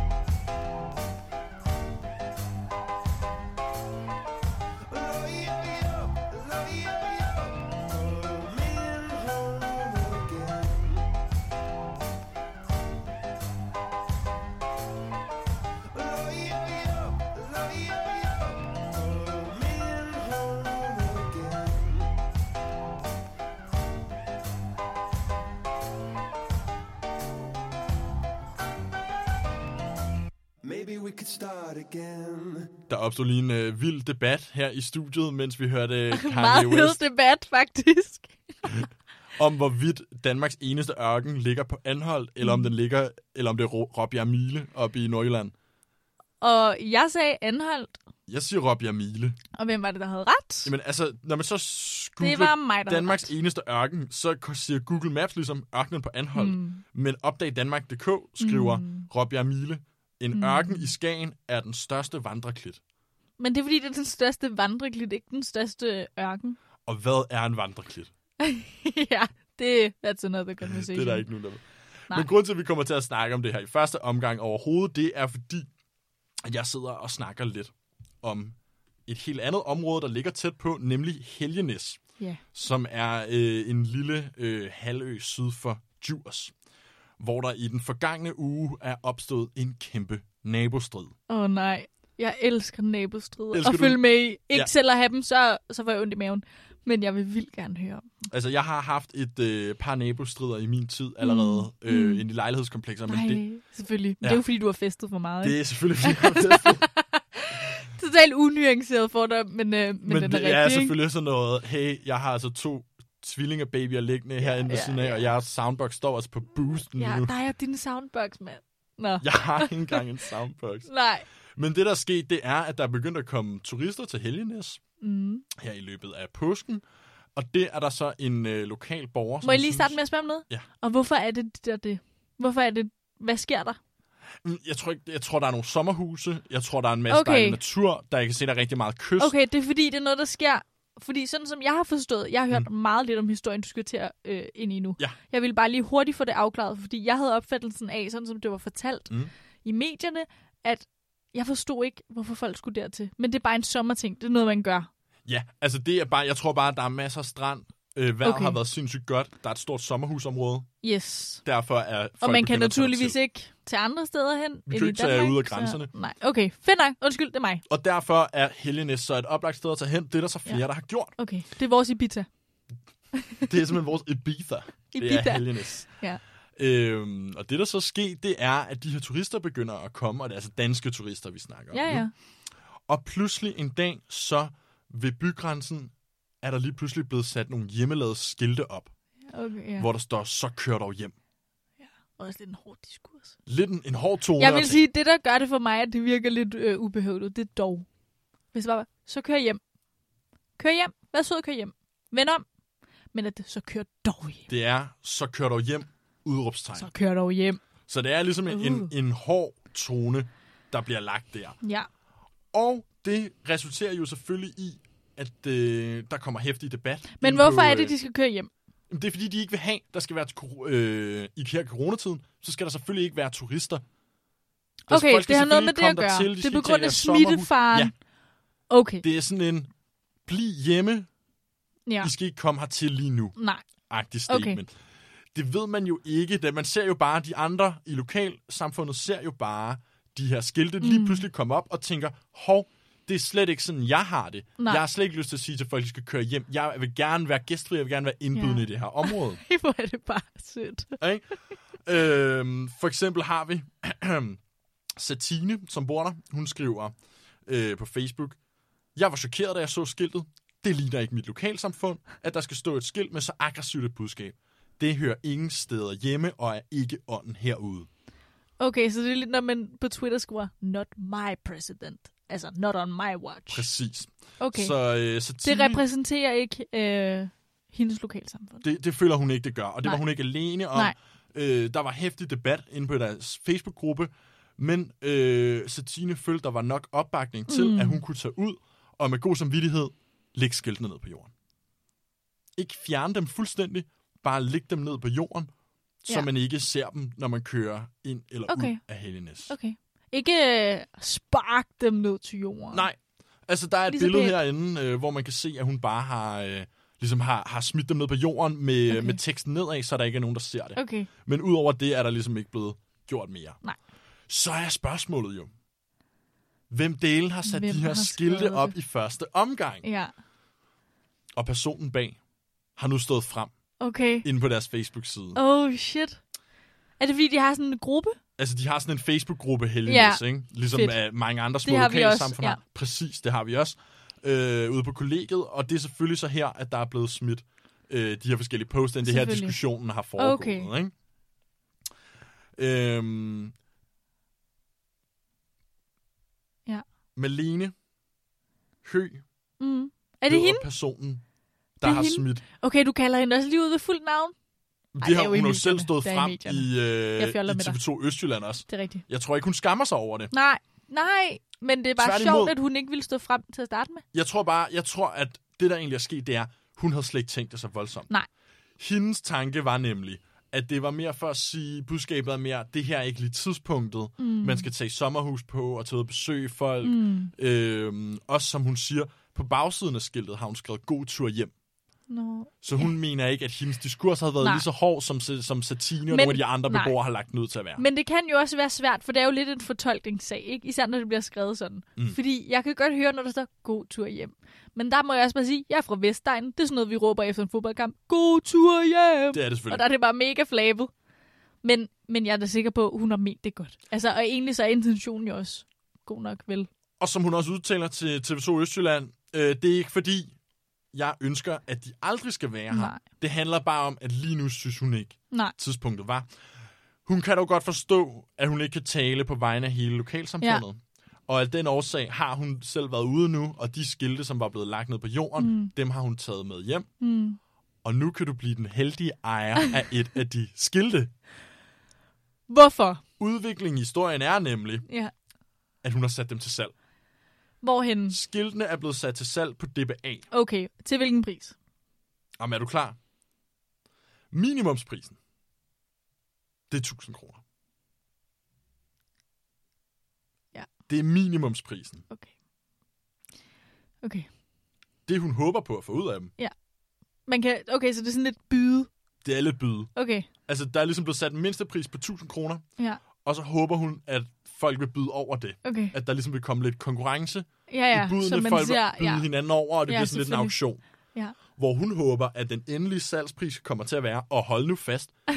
Maybe we could start again. Der opstod lige en vild debat her i studiet, mens vi hørte Kanye West. Meget hed debat, faktisk. om hvorvidt Danmarks eneste ørken ligger på Anholt, eller om den ligger, eller om det er Råbjerg Mile oppe i Nordjylland. Og jeg sagde Anholt. Jeg siger Råbjerg Mile. Og hvem var det, der havde ret? Jamen altså, når man så det var mig, Danmarks eneste ørken, så siger Google Maps ligesom ørkenen på Anholt. Men opdagdanmark.dk skriver Råbjerg Mile. En ørken i Skagen er den største vandreklit. Men det er fordi, det er den største vandreklit, ikke den største ørken. Og hvad er en vandreklit? Ja, that's another conversation. Det er der ikke nogen, der ved. Men grund til, at vi kommer til at snakke om det her i første omgang overhovedet, det er fordi, at jeg sidder og snakker lidt om et helt andet område, der ligger tæt på, nemlig Helgenæs, som er en lille halvø syd for Djurs, hvor der i den forgangne uge er opstået en kæmpe nabostrid. Nej, jeg elsker nabostrid og følge med i. Ikke selv at have dem, så får jeg ondt i maven. Men jeg vil vildt gerne høre om dem. Altså, jeg har haft et par nabostrider i min tid allerede inde i lejlighedskomplekser. Nej, men selvfølgelig. Ja. Det er jo fordi, du har festet for meget, ikke? Det er selvfølgelig fordi, jeg har festet. Totalt unuanceret for dig, men den er rigtig, det er selvfølgelig sådan noget, hey, jeg har altså 2 tvillingerbabyer liggende herinde ved siden af, og jeres soundbox står også på boosten nu. Ja, der er din soundbox, mand. Nå. Jeg har ikke engang en soundbox. Nej. Men det, der er sket, det er, at der er begyndt at komme turister til Helgenæs her i løbet af påsken. Og det er der så en lokal borger, som må jeg lige starte med at spørge om noget? Ja. Og hvorfor er det? Hvorfor er det? Hvad sker der? Jeg tror, der er nogle sommerhuse. Jeg tror, der er en masse dejlig natur. Der jeg kan se, der er rigtig meget kyst. Okay, det er fordi, det er noget, der sker. Fordi sådan som jeg har forstået, jeg har hørt meget lidt om historien, du skal til at ind i nu. Ja. Jeg ville bare lige hurtigt få det afklaret, fordi jeg havde opfattelsen af, sådan som det var fortalt i medierne, at jeg forstod ikke, hvorfor folk skulle dertil. Men det er bare en sommerting. Det er noget, man gør. Ja, altså det er bare, jeg tror bare, at der er masser af strand. Vejret har været sindssygt godt. Der er et stort sommerhusområde. Yes. Derfor er folk og man kan naturligvis ikke til andre steder hen. Vi kan ikke tage ud af grænserne. Så, nej, okay. Fedt nok. Undskyld, det er mig. Og derfor er Helgenæs så et oplagt sted at tage hen. Det er der så flere, der har gjort. Okay, det er vores Ibiza. Det er simpelthen vores Ibiza. Det er Helgenæs. Ja. Og det, der så sker, det er, at de her turister begynder at komme, og det er altså danske turister, vi snakker om. Ja. Og pludselig en dag, så ved bygrænsen, er der lige pludselig blevet sat nogle hjemmelavede skilte op, hvor der står, så kør dog hjem. Ja, og også lidt en hård diskurs. Lidt en hård tone. Jeg vil sige, det der gør det for mig, at det virker lidt ubehøvlet, det er dog. Hvis det bare så kør hjem. Kør hjem. Vær sød, kør hjem. Vend om. Men at det så kør dog hjem. Det er, så kør dog hjem. Udråbstegn. Så kør dog hjem. Så det er ligesom en hård tone, der bliver lagt der. Ja. Og det resulterer jo selvfølgelig i, at der kommer heftig debat. Men hvorfor er det, de skal køre hjem? Det er fordi, de ikke vil have, der skal være i her coronatiden, så skal der selvfølgelig ikke være turister. Okay, det har noget med det at gøre. Det er på grund af smittefaren. Ja. Okay. Det er sådan en, bliv hjemme, I skal ikke komme hertil lige nu. Nej. Agtig statement. Okay. Det ved man jo ikke. Man ser jo bare, de andre i lokalsamfundet ser jo bare de her skilte lige pludselig komme op og tænker, hov, det er slet ikke sådan, jeg har det. Nej. Jeg har slet ikke lyst til at sige til folk, at de skal køre hjem. Jeg vil gerne være gæstfri, jeg vil gerne være indbydende i det her område. Hvor er det bare sødt. For eksempel har vi Satine, som bor der. Hun skriver på Facebook, jeg var chokeret, da jeg så skiltet. Det ligner ikke mit lokalsamfund, at der skal stå et skilt med så aggressivt et budskab. Det hører ingen steder hjemme og er ikke ånden herude. Okay, så det er lidt, når man på Twitter skriver, not my president. Altså, not on my watch. Præcis. Okay, så det repræsenterer ikke hendes lokalsamfund. Det føler hun ikke, det gør. Og det var hun ikke alene om. Der var heftig debat inde på deres Facebook-gruppe. Men Satine følte, der var nok opbakning til, at hun kunne tage ud og med god samvittighed lægge skiltene ned på jorden. Ikke fjerne dem fuldstændig, bare lægge dem ned på jorden, så man ikke ser dem, når man kører ind eller ud af Helgenæs. Okay. Ikke spark dem ned til jorden. Nej. Altså, der er et billede herinde, hvor man kan se, at hun bare har smidt dem ned på jorden med teksten nedad, så der ikke er nogen, der ser det. Okay. Men udover det er der ligesom ikke blevet gjort mere. Nej. Så er spørgsmålet jo, hvem delen har sat de her skilte op i første omgang? Ja. Og personen bag har nu stået frem. Okay. Inde på deres Facebook-side. Oh, shit. Er det fordi, de har sådan en gruppe? Altså, de har sådan en Facebook-gruppe, heldigvis, ikke? Ligesom mange andre små lokalsamfund har. Præcis, det har vi også. Ude på kollegiet. Og det er selvfølgelig så her, at der er blevet smidt de her forskellige posts, end det her diskussionen har foregået. Okay. Ikke? Ja. Malene Høgh. Er det hende? Personen, der har smidt. Okay, du kalder hende også lige ud ved fuldt navn? Det har hun jo selv stået frem i TV2 Østjylland også. Det er rigtigt. Jeg tror ikke, hun skammer sig over det. Nej, men det er bare sjovt, at hun ikke ville stå frem til at starte med. Jeg tror, at det, der egentlig er sket, det er, hun havde slet ikke tænkt det så voldsomt. Nej. Hendes tanke var nemlig, at det var mere for at sige, budskabet er mere, det her er ikke lige tidspunktet. Man skal tage sommerhus på og tage ud og besøge folk. Også som hun siger, på bagsiden af skiltet har hun skrevet god tur hjem. No. Så hun mener ikke, at hendes diskurs havde været lige så hård, som Satine og nogle af de andre beboere har lagt nød til at være. Men det kan jo også være svært, for det er jo lidt en fortolkningssag, ikke? Især når det bliver skrevet sådan. Fordi jeg kan godt høre, når der står god tur hjem. Men der må jeg også bare sige, jeg er fra Vestegnen. Det er sådan noget, vi råber efter en fodboldkamp. God tur hjem! Det er det selvfølgelig. Og der er det bare mega flabet. Men jeg er da sikker på, at hun har ment det godt. Altså, og egentlig så er intentionen jo også god nok, vel? Og som hun også udtaler til TV2 Østjylland, det er ikke fordi, jeg ønsker, at de aldrig skal være her. Det handler bare om, at lige nu synes hun ikke, tidspunktet var. Hun kan dog godt forstå, at hun ikke kan tale på vegne af hele lokalsamfundet. Ja. Og af den årsag har hun selv været ude nu, og de skilte, som var blevet lagt ned på jorden, dem har hun taget med hjem. Og nu kan du blive den heldige ejer af et af de skilte. Hvorfor? Udviklingen i historien er nemlig, at hun har sat dem til salg. Hvorhen? Skiltene er blevet sat til salg på DBA. Okay, til hvilken pris? Jamen, er du klar? Minimumsprisen, det er 1.000 kroner. Ja. Det er minimumsprisen. Okay. Det, hun håber på at få ud af dem. Ja. Okay, så det er sådan lidt byde. Det er lidt byde. Okay. Altså, der er ligesom blevet sat en mindstepris på 1.000 kroner. Ja. Og så håber hun, at folk vil byde over det. Okay. At der ligesom vil komme lidt konkurrence i folk budene. Folk vil byde hinanden over, og det bliver sådan lidt en auktion. Ja. Hvor hun håber, at den endelige salgspris kommer til at være, og hold nu fast, 100.000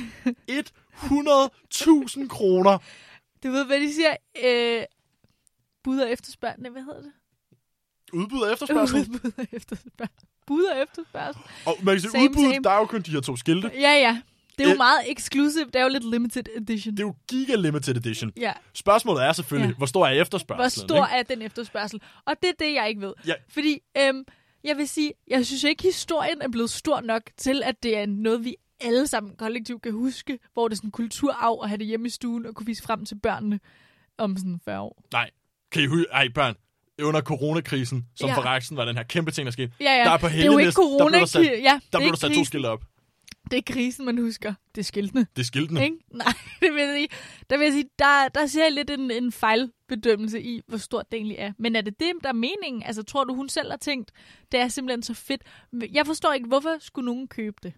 kroner. Du ved, hvad de siger? Bud og efterspørgsel. Hvad hedder det? Udbud og efterspørgsel. Bud og efterspørgsel. Og man kan sige, udbud, der er jo kun de her 2 skilte. Ja. Det er jo meget exclusive. Det er jo lidt limited edition. Det er jo giga limited edition. Ja. Spørgsmålet er selvfølgelig, hvor stor er efterspørgselen? Hvor stor er den efterspørgsel? Og det er det, jeg ikke ved. Ja. Fordi jeg vil sige, jeg synes ikke, historien er blevet stor nok til, at det er noget, vi alle sammen kollektivt kan huske, hvor det er sådan en kulturarv at have det hjemme i stuen og kunne vise frem til børnene om sådan 40 år. Nej. Kan I huske? Ej, børn. Under coronakrisen, som for Raksen var den her kæmpe ting, der skete. Ja. Der er på Hellenæs, der blev der sat 2 skilte op. Det er krisen, man husker. Det er skiltene. Det er skiltene. Ikke? Nej, det vil jeg sige. Der vil jeg sige, der ser jeg lidt en fejlbedømmelse i, hvor stort det egentlig er. Men er det det, der er meningen? Altså, tror du, hun selv har tænkt, det er simpelthen så fedt? Jeg forstår ikke, hvorfor skulle nogen købe det?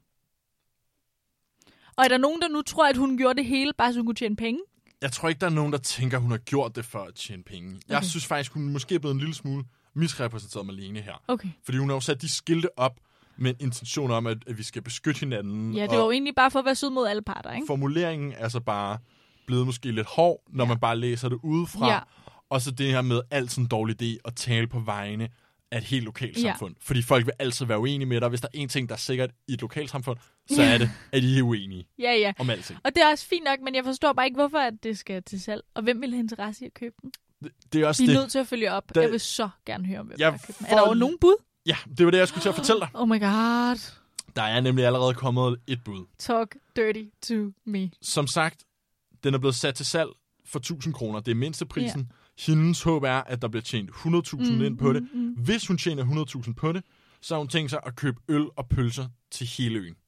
Og er der nogen, der nu tror, at hun gjorde det hele, bare så hun kunne tjene penge? Jeg tror ikke, der er nogen, der tænker, hun har gjort det for at tjene penge. Okay. Jeg synes faktisk, hun måske er blevet en lille smule misrepræsenteret Malene her. Okay. Fordi hun har jo sat de skilte op med en intention om, at vi skal beskytte hinanden. Ja, det var jo egentlig bare for at være sød mod alle parter, ikke? Formuleringen er så bare blevet måske lidt hård, når man bare læser det udefra. Ja. Og så det her med alt sådan en dårlig idé at tale på vegne af et helt lokalsamfund. Ja. Fordi folk vil altid være uenige med dig. Hvis der er en ting, der er sikkert i et lokalsamfund, så er det, at I er uenige om alting. Og det er også fint nok, men jeg forstår bare ikke, hvorfor at det skal til salg. Og hvem vil have interesse i at købe den? Det er også Vi er nødt til at følge op. Jeg vil så gerne høre om, hvem der købe den. Er der jo nogen bud? Ja, det var det, jeg skulle til at fortælle dig. Oh my god. Der er nemlig allerede kommet et bud. Talk dirty to me. Som sagt, den er blevet sat til salg for 1.000 kroner. Det er mindsteprisen. Yeah. Hendes håb er, at der bliver tjent 100.000 ind på det. Hvis hun tjener 100.000 på det, så har hun tænkt sig at købe øl og pølser til hele øen.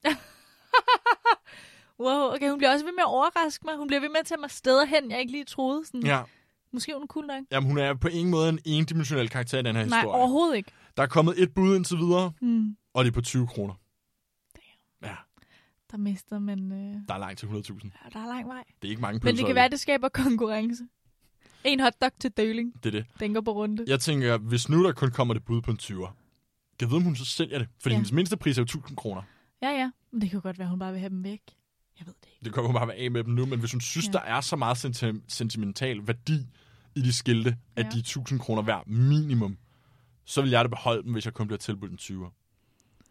Wow, okay, hun bliver også ved med at overraske mig. Hun bliver ved med at tage mig steder hen, jeg ikke lige troede. Sådan. Ja. Måske hun er cool nok. Jamen, hun er på ingen måde en endimensionel karakter i den her historie. Nej, overhovedet ikke. Der er kommet et bud indtil videre, og det er på 20 kroner. Ja. Der mister man... Der er langt til 100.000. Ja, der er lang vej. Det er ikke mange pølser. Men det kan være, det skaber konkurrence. En hotdog til døling. Det er det. Den går på runde. Jeg tænker, hvis nu der kun kommer det bud på en 20'er, kan jeg vide, om hun så sælger det? Fordi hendes mindste pris er jo 1.000 kroner. Ja. Men det kan jo godt være, hun bare vil have dem væk. Jeg ved det ikke. Det kan hun bare være af med dem nu, men hvis hun synes, der er så meget sentimental værdi i de skilte, at de er 1.000 kroner værd minimum, så vil jeg da beholde dem, hvis jeg kun bliver tilbudt en 20'er.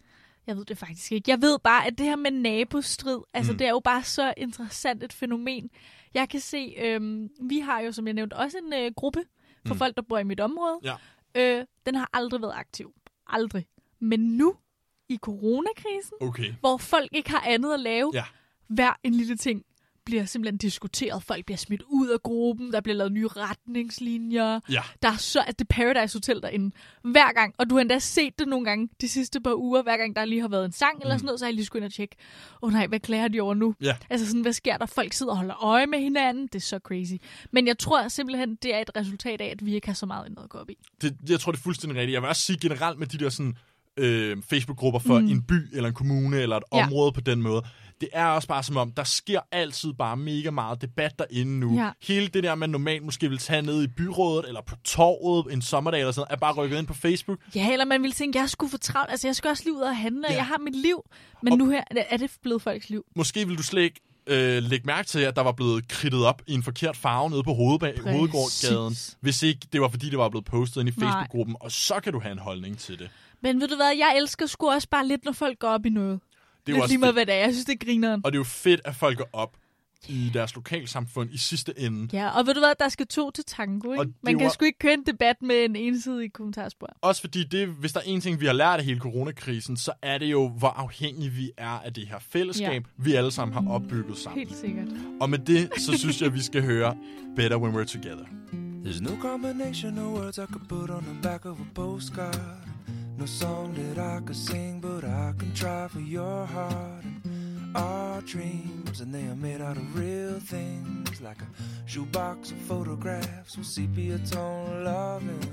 Jeg ved det faktisk ikke. Jeg ved bare, at det her med nabostrid, altså det er jo bare så interessant et fænomen. Jeg kan se, vi har jo, som jeg nævnte, også en gruppe for folk, der bor i mit område. Ja. Den har aldrig været aktiv. Aldrig. Men nu, i coronakrisen, hvor folk ikke har andet at lave, hver en lille ting bliver simpelthen diskuteret. Folk bliver smidt ud af gruppen. Der bliver lavet nye retningslinjer. Ja. Der er så at det Paradise Hotel derinde. Hver gang, og du har endda set det nogle gange de sidste par uger, hver gang der lige har været en sang eller sådan noget, så har jeg lige skulle ind og tjekke. Nej, hvad klager de over nu? Ja. Altså sådan, hvad sker der? Folk sidder og holder øje med hinanden. Det er så crazy. Men jeg tror simpelthen, det er et resultat af, at vi ikke har så meget noget at gå op i. Jeg tror, det er fuldstændig rigtigt. Jeg vil også sige generelt med de der sådan, Facebook-grupper for en by eller en kommune eller et område på den måde. Det er også bare som om, der sker altid bare mega meget debat derinde nu. Ja. Hele det der, man normalt måske vil tage ned i byrådet eller på torvet en sommerdag eller sådan noget, er bare rykket ind på Facebook. Ja, eller man vil tænke, jeg skulle for travlt. Altså, jeg skal også lige ud og handle, jeg har mit liv. Men nu her, er det blevet folks liv. Måske vil du slet ikke lægge mærke til, at der var blevet kridtet op i en forkert farve nede på Hovedgårdsgaden, hvis ikke det var, fordi det var blevet postet ind i Facebook-gruppen, og så kan du have en holdning til det. Men ved du hvad, jeg elsker sgu også bare lidt, når folk går op i noget. Det er lige meget, hvad det er. Jeg synes, det er grineren. Og det er jo fedt, at folk går op i deres lokalsamfund i sidste ende. Ja, og ved du hvad, der skal 2 til tango, ikke? Man kan sgu ikke køre en debat med en ensidig kommentarspor. Også fordi, hvis der er en ting, vi har lært af hele coronakrisen, så er det jo, hvor afhængige vi er af det her fællesskab, vi alle sammen har opbygget sammen. Helt sikkert. Og med det, så synes jeg, vi skal høre Better When We're Together. There's no combination of words I could put on the back of a postcard. No song that I could sing, but I can try for your heart. And our dreams, and they are made out of real things, like a shoebox of photographs with sepia tone loving.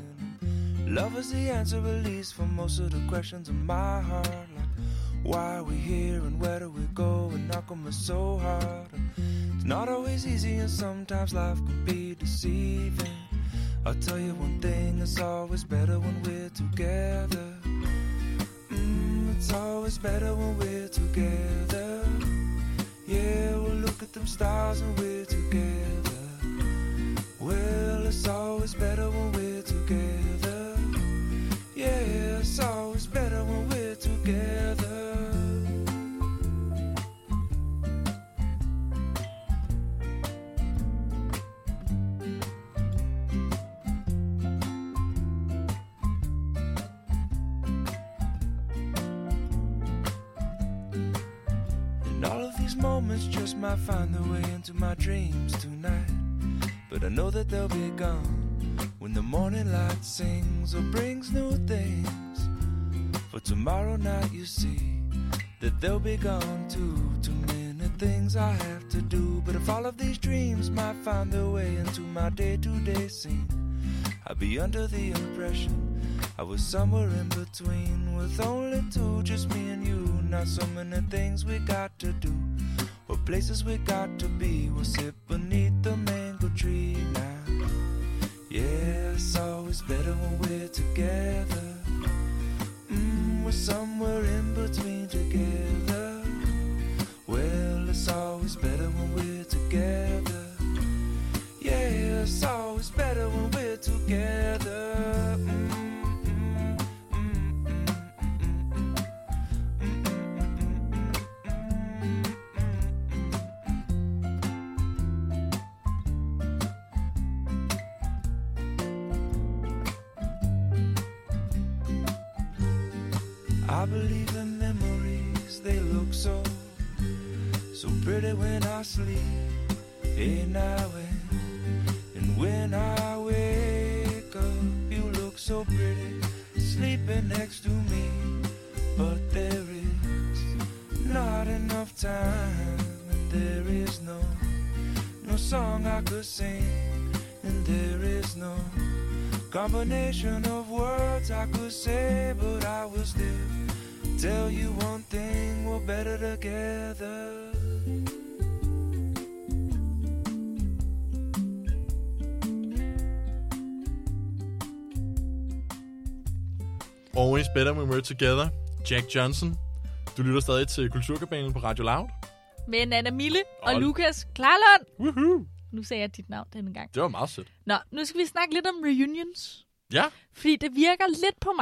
Love is the answer, at least, for most of the questions in my heart. Like, why are we here and where do we go, and how come it's so hard? And it's not always easy, and sometimes life can be deceiving. I'll tell you one thing, it's always better when we're together. It's always better when we're together. Yeah, we'll look at them stars when we're together. Well, it's always better when we're together. Yeah, it's always better when we're together. Moments just might find their way into my dreams tonight, but I know that they'll be gone when the morning light sings or brings new things. For tomorrow night you see that they'll be gone too. Too many things I have to do, but if all of these dreams might find their way into my day-to-day scene, I'd be under the impression I was somewhere in between, with only 2, just me and you. Not so many things we got to do, or places we got to be. We'll sit beneath the mango tree now. Yeah, it's always better when we're together. We're somewhere in between together. Well, it's always better when we're together. Yeah, it's always better when we're together. I believe in memories, they look so pretty when I sleep. Hey, now and when I wake up, you look so pretty, sleeping next to me. But there is not enough time, and there is no song I could sing, and there is no combination of words I could say, but I will still tell you one thing, we're better together. Always better when we're together. Jack Johnson. Du lytter stadig til Kulturkabalen på Radio Loud. Med Nana Mille og Lukas Klarlund. Woohoo! Nu sagde jeg dit navn denne gang. Det var meget sødt. Nå, nu skal vi snakke lidt om reunions. Ja. Fordi det virker lidt på mig,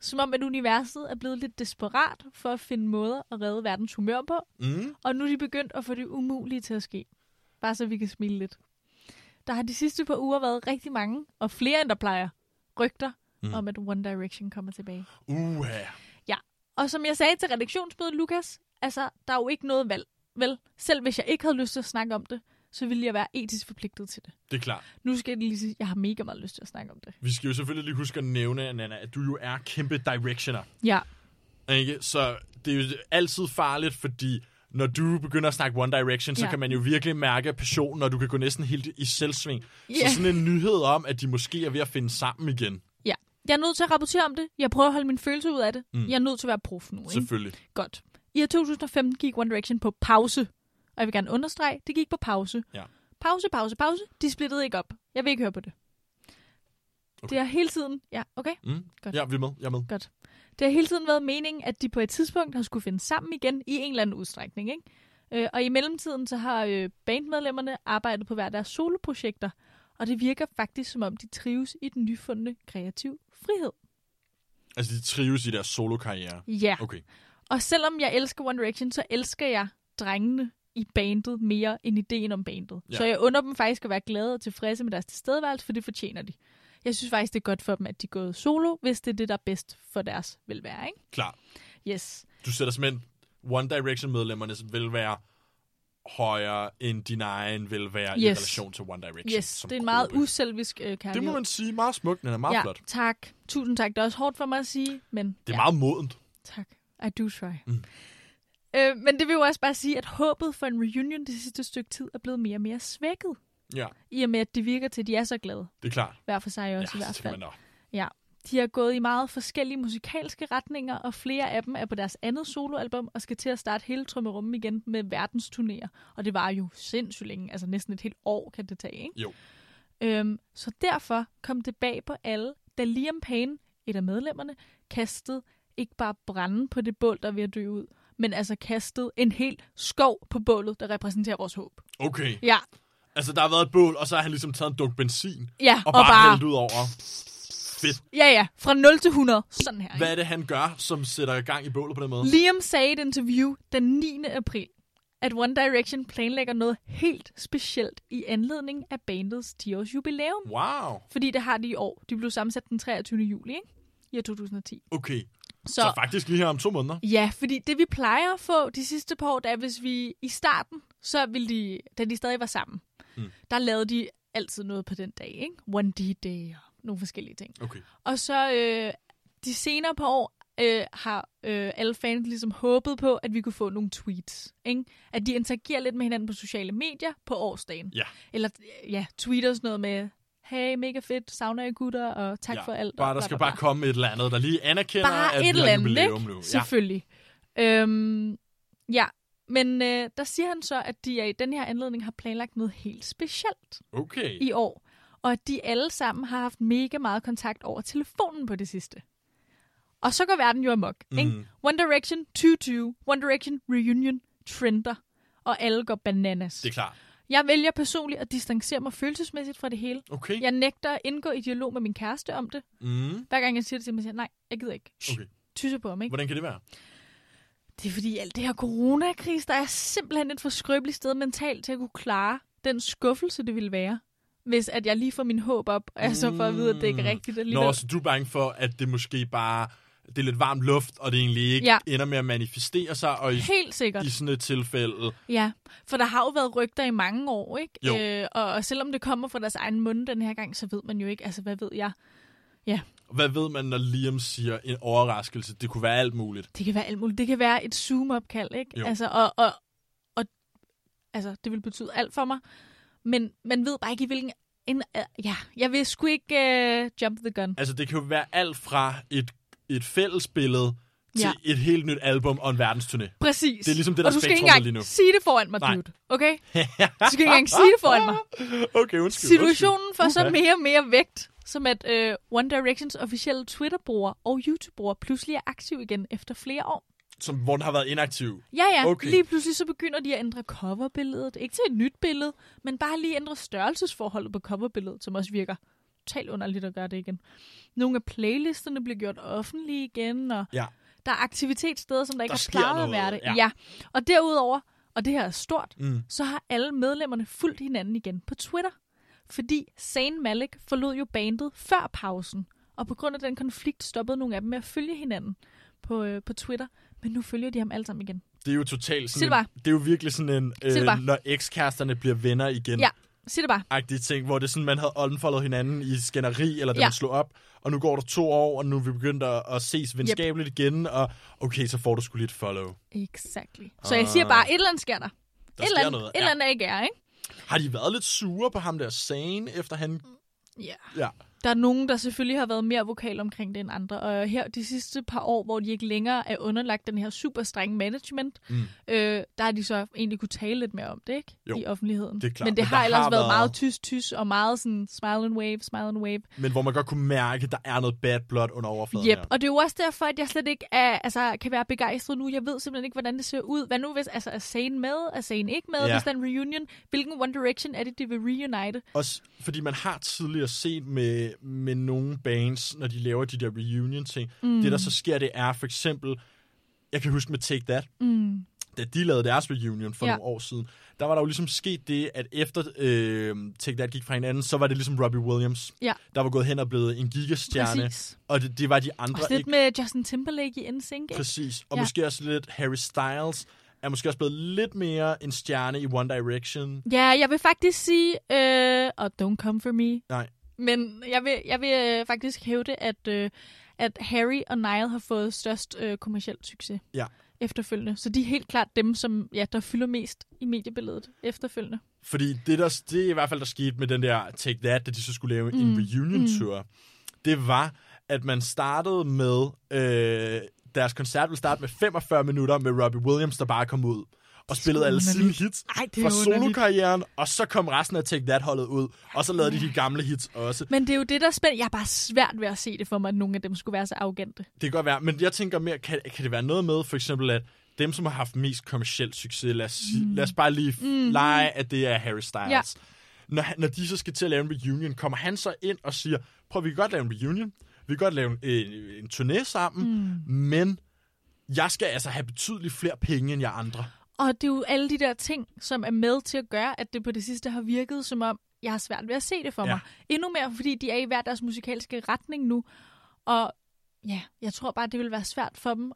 som om at universet er blevet lidt desperat for at finde måder at redde verdens humør på. Og nu er de begyndt at få det umulige til at ske. Bare så vi kan smile lidt. Der har de sidste par uger været rigtig mange, og flere end der plejer, rygter om, at One Direction kommer tilbage. Ja, og som jeg sagde til redaktionsmødet, Lukas, altså, der er jo ikke noget valg. Vel, selv hvis jeg ikke havde lyst til at snakke om det, så ville jeg være etisk forpligtet til det. Det er klart. Nu skal jeg lige sige, at jeg har mega meget lyst til at snakke om det. Vi skal jo selvfølgelig lige huske at nævne, Nana, at du jo er kæmpe directioner. Ja. Ikke? Så det er jo altid farligt, fordi når du begynder at snakke One Direction, så kan man jo virkelig mærke passionen, og du kan gå næsten helt i selvsving. Så sådan en nyhed om, at de måske er ved at finde sammen igen. Ja. Jeg er nødt til at rapportere om det. Jeg prøver at holde min følelse ud af det. Jeg er nødt til at være prof nu. Ikke? Selvfølgelig. Godt. I 2015 gik One Direction på pause. Og jeg vil gerne understrege, det gik på pause. Ja. Pause. De splittede ikke op. Jeg vil ikke høre på det. Okay. Det har hele tiden... Ja, okay? Godt. Ja, vi er med. Jeg er med. Godt. Det har hele tiden været meningen, at de på et tidspunkt har skulle finde sammen igen i en eller anden udstrækning, ikke? Og i mellemtiden så har bandmedlemmerne arbejdet på hver deres soloprojekter, og det virker faktisk som om, de trives i den nyfundne kreative frihed. Altså, de trives i deres solokarriere? Ja. Okay. Og selvom jeg elsker One Direction, så elsker jeg drengene i bandet mere end ideen om bandet. Ja. Så jeg under dem faktisk at være glade og tilfredse med deres tilstedeværelse, for det fortjener de. Jeg synes faktisk, det er godt for dem, at de er gået solo, hvis det er det, der er bedst for deres velvære, ikke? Klar. Yes. Du sætter simpelthen One Direction-medlemmernes velvære højere end din egen velvære i relation til One Direction. Yes, det er en meget uselvisk kærlighed. Det må man sige. Meget smukt, den er meget flot. Tak. Tusind tak. Det er også hårdt for mig at sige, men... Det er meget modent. Tak. I do try. Men det vil jo også bare sige, at håbet for en reunion det sidste stykke tid er blevet mere og mere svækket. Ja. I og med, at det virker til, at de er så glade. Det er klart. Hver for sig også i hvert fald. Man ja. De har gået i meget forskellige musikalske retninger, og flere af dem er på deres andet soloalbum, og skal til at starte hele trummerummen igen med verdensturnéer. Og det var jo sindssygt længe, altså næsten et helt år kan det tage, ikke? Jo. Så derfor kom det bag på alle, da Liam Payne, et af medlemmerne, kastede ikke bare branden på det bål, der er ved at dø ud, men altså kastede en hel skov på bålet, der repræsenterer vores håb. Okay. Ja. Altså, der har været et bål, og så har han ligesom taget en dunk benzin. Ja, og bare hældt ud over. Fedt. Ja. Fra 0 til 100. Sådan her. Hvad er det, han gør, som sætter i gang i bålet på den måde? Liam sagde i et interview den 9. april, at One Direction planlægger noget helt specielt i anledning af bandets 10-års jubilæum. Wow. Fordi det har de i år. De blev sammensat den 23. juli, ikke? I 2010. Okay. Så faktisk lige her om 2 måneder? Ja, fordi det vi plejer at få de sidste par år, det er, hvis vi i starten, så ville de, da de stadig var sammen, der lavede de altid noget på den dag, ikke? One D-Day og nogle forskellige ting. Okay. Og så de senere par år har alle fans ligesom håbet på, at vi kunne få nogle tweets, ikke? At de interagerer lidt med hinanden på sociale medier på årsdagen. Ja. Eller tweeter sådan noget med... Hey, mega fedt, savner jeg gutter, og tak for alt. Bare, der skal bare komme et eller andet, der lige anerkender, bare at vi har jubilæum nu. Selvfølgelig. Men der siger han så, at de i den her anledning har planlagt noget helt specielt i år. Og at de alle sammen har haft mega meget kontakt over telefonen på det sidste. Og så går verden jo amok. Ikke? One Direction 2020, One Direction Reunion trender, og alle går bananas. Det er klart. Jeg vælger personligt at distancere mig følelsesmæssigt fra det hele. Okay. Jeg nægter at indgå i dialog med min kæreste om det. Hver gang jeg siger det til mig, siger nej, jeg gider ikke. Tysse på ham, ikke? Hvordan kan det være? Det er fordi alt det her coronakris, der er simpelthen et for skrøbeligt sted mentalt til at kunne klare den skuffelse, det ville være. Hvis at jeg lige får min håb op, og jeg så får at vide, at det ikke er rigtigt alligevel. Nå, så du er bange for, at det måske bare... Det er lidt varm luft, og det egentlig ikke ender med at manifestere sig. Og helt sikkert. I sådan et tilfælde. Ja, for der har jo været rygter i mange år, ikke? Og selvom det kommer fra deres egen munde den her gang, så ved man jo ikke, altså hvad ved jeg? Ja. Hvad ved man, når Liam siger en overraskelse? Det kunne være alt muligt. Det kan være alt muligt. Det kan være et Zoom-opkald, ikke? Jo. Altså, og altså, det vil betyde alt for mig. Men man ved bare ikke, i hvilken... jeg vil sgu ikke jump the gun. Altså, det kan jo være alt fra et fælles billede til et helt nyt album og en verdensturné. Præcis. Det er ligesom det, der og du skal ikke engang sige det foran mig, dude. Okay? Du skal ikke engang sige det foran mig. Okay, undskyld. Situationen får så mere og mere vægt, som at One Directions officielle Twitter-bruger og YouTube-bruger pludselig er aktiv igen efter flere år. Hvor den har været inaktiv? Ja. Okay. Lige pludselig så begynder de at ændre coverbilledet. Ikke til et nyt billede, men bare lige ændre størrelsesforholdet på coverbilledet, som også virker totalt underligt at gøre det igen. Nogle af playlisterne bliver gjort offentlige igen, og der er aktivitetssteder, som der ikke har plejet at være det. Ja. Og derudover, og det her er stort, så har alle medlemmerne fulgt hinanden igen på Twitter. Fordi Zayn Malik forlod jo bandet før pausen, og på grund af den konflikt stoppede nogle af dem med at følge hinanden på Twitter. Men nu følger de ham alle sammen igen. Det er jo totalt sådan det er jo virkelig sådan en, når ekskæresterne bliver venner igen. Ja, sig det bare. Agtige ting, hvor det er sådan, man havde unfollowet hinanden i skænderi, eller da man slog op, og nu går der 2 år, og nu er vi begyndt at ses venskabeligt igen, og okay, så får du sgu lidt follow. Exactly. Så jeg siger bare, et eller andet sker der. Der sker noget. Et eller andet ikke er, ikke? Har de været lidt sure på ham der Zayn, efter han... Ja. Der er nogen, der selvfølgelig har været mere vokal omkring det end andre. Og her de sidste par år, hvor de ikke længere er underlagt den her super strenge management, der har de så egentlig kunne tale lidt mere om det, ikke? Jo, i offentligheden. Det er klart. Men det har ellers været meget tys og meget sådan smile and wave. Men hvor man godt kunne mærke, at der er noget bad blood under overfladen her. Og det er jo også derfor, at jeg slet ikke kan være begejstret nu. Jeg ved simpelthen ikke, hvordan det ser ud. Hvad nu hvis er Zayn med? Er Zayn ikke med? Hvis der er en reunion? Hvilken One Direction er det, de vil reunite? Også fordi man har tidligere set med nogle bands, når de laver de der reunion-ting. Det, der så sker, det er for eksempel, jeg kan huske med Take That, da de lavede deres reunion for nogle år siden, der var der jo ligesom sket det, at efter Take That gik fra hinanden, så var det ligesom Robbie Williams, der var gået hen og blevet en gigastjerne. Præcis. Og det var de andre også lidt ikke. Med Justin Timberlake i NSYNC. Præcis. Og måske også lidt Harry Styles er måske også blevet lidt mere en stjerne i One Direction. Ja, jeg vil faktisk sige, don't come for me. Nej. Men jeg vil faktisk hævde, at Harry og Niall har fået størst kommerciel succes efterfølgende. Så de er helt klart dem, som der fylder mest i mediebilledet efterfølgende. Fordi det er i hvert fald, der skete med den der Take That, da de så skulle lave en reunion-tour. Det var, at man startede med... deres koncert ville starte med 45 minutter med Robbie Williams, der bare kom ud og spillede alle sine hits fra solokarrieren, og så kom resten af Take That-holdet ud, og så lavede de gamle hits også. Men det er jo det, der er spændende. Jeg er bare svært ved at se det for mig, at nogle af dem skulle være så arrogante. Det kan godt være, men jeg tænker mere, kan det være noget med, for eksempel, at dem, som har haft mest kommerciel succes, lad os bare lige lege, at det er Harry Styles. Ja. Når de så skal til at lave en reunion, kommer han så ind og siger, prøv, vi kan godt lave en reunion, vi kan godt lave en turné sammen, men jeg skal altså have betydeligt flere penge, end jer andre. Og det er jo alle de der ting, som er med til at gøre, at det på det sidste har virket, som om jeg har svært ved at se det for mig. Endnu mere, fordi de er i hver deres musikalske retning nu. Og jeg tror bare, det vil være svært for dem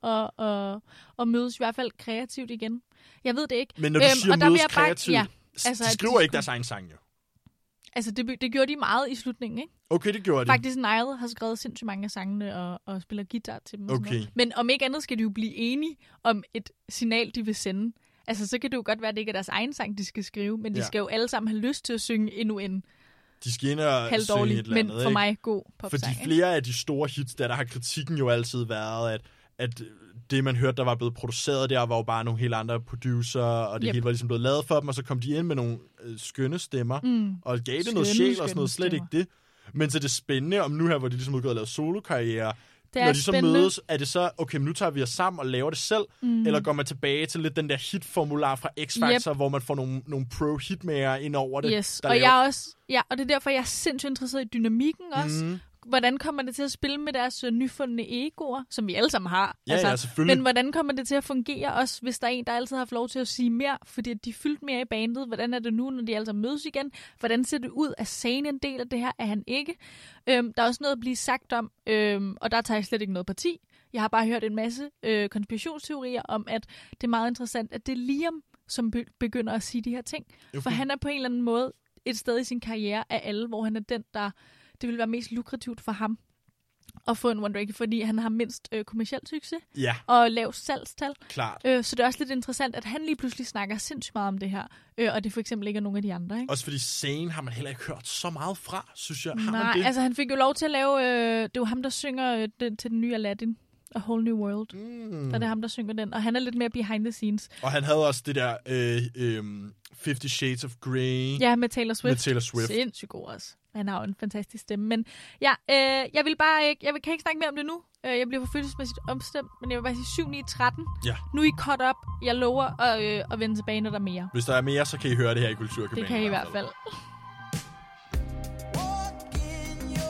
at mødes i hvert fald kreativt igen. Jeg ved det ikke. Men når du siger mødes kreativt, de skriver ikke deres egen sang jo. Altså, det gjorde de meget i slutningen, ikke? Okay, det gjorde de. Faktisk, Niall har skrevet sindssygt mange af sangene og spiller guitar til dem. Okay. Men om ikke andet skal de jo blive enige om et signal, de vil sende. Altså, så kan det jo godt være, at det ikke er deres egen sang, de skal skrive, men de skal jo alle sammen have lyst til at synge endnu en de skal ind og synge et eller andet, men for mig god popsang. Fordi flere af de store hits, der har kritikken jo altid været, at det, man hørte, der var blevet produceret der, var jo bare nogle helt andre producer, og det hele var ligesom blevet lavet for dem, og så kom de ind med nogle skønne stemmer, og gav det noget sjæl og sådan noget, slet ikke det. Men så det spændende om nu her, hvor de ligesom udgået og lavet solokarriere, når de så mødes, er det så, okay, men nu tager vi os sammen og laver det selv, eller går man tilbage til lidt den der hitformular fra X-Factor, hvor man får nogle pro-hitmager ind over det? Yes, og jeg også, og det er derfor, jeg er sindssygt interesseret i dynamikken også. Hvordan kommer det til at spille med deres nyfundne egoer, som vi alle sammen har? Ja, selvfølgelig. Men hvordan kommer det til at fungere også, hvis der er en, der altid har haft lov til at sige mere, fordi de er fyldt mere i bandet? Hvordan er det nu, når de altså mødes igen? Hvordan ser det ud? Er Zayn en del af det her? Er han ikke? Der er også noget at blive sagt om, og der tager jeg slet ikke noget parti. Jeg har bare hørt en masse konspirationsteorier om, at det er meget interessant, at det er Liam, som begynder at sige de her ting. Okay. For han er på en eller anden måde et sted i sin karriere af alle, hvor han er den, der... Det vil være mest lukrativt for ham at få en One Direction, fordi han har mindst kommerciel succes og lav salgstal. Klart. Så det er også lidt interessant, at han lige pludselig snakker sindssygt meget om det her, og det for eksempel ikke er nogen af de andre. Ikke? Også fordi Zayn har man heller ikke hørt så meget fra, synes jeg. Har man det? Altså han fik jo lov til at lave, det er jo ham, der synger til den nye Aladdin. A Whole New World. Der er det ham, der synger den. Og han er lidt mere behind the scenes. Og han havde også det der 50 Shades of Grey. Ja, med Taylor Swift. Sindssygt god også. Han har jo en fantastisk stemme. Men ja, jeg kan ikke snakke mere om det nu. Jeg bliver for følelsesmæssigt omstemt, men jeg vil bare sige 7-9-13. Ja. Nu er I caught up. Jeg lover at vende tilbage, når der er mere. Hvis der er mere, så kan I høre det her i Kulturkabinen. Det kan I i hvert fald.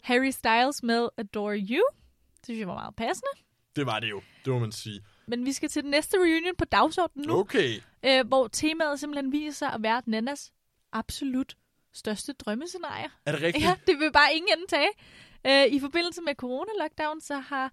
Harry Styles med Adore You. Det synes jeg var meget passende. Det var det jo. Det må man sige. Men vi skal til den næste reunion på dagsordenen nu. Okay. Hvor temaet simpelthen viser sig at være Nannas absolut største drømmescenarie. Er det rigtigt? Ja, det vil bare ingen ende tage. I forbindelse med corona-lockdown, så har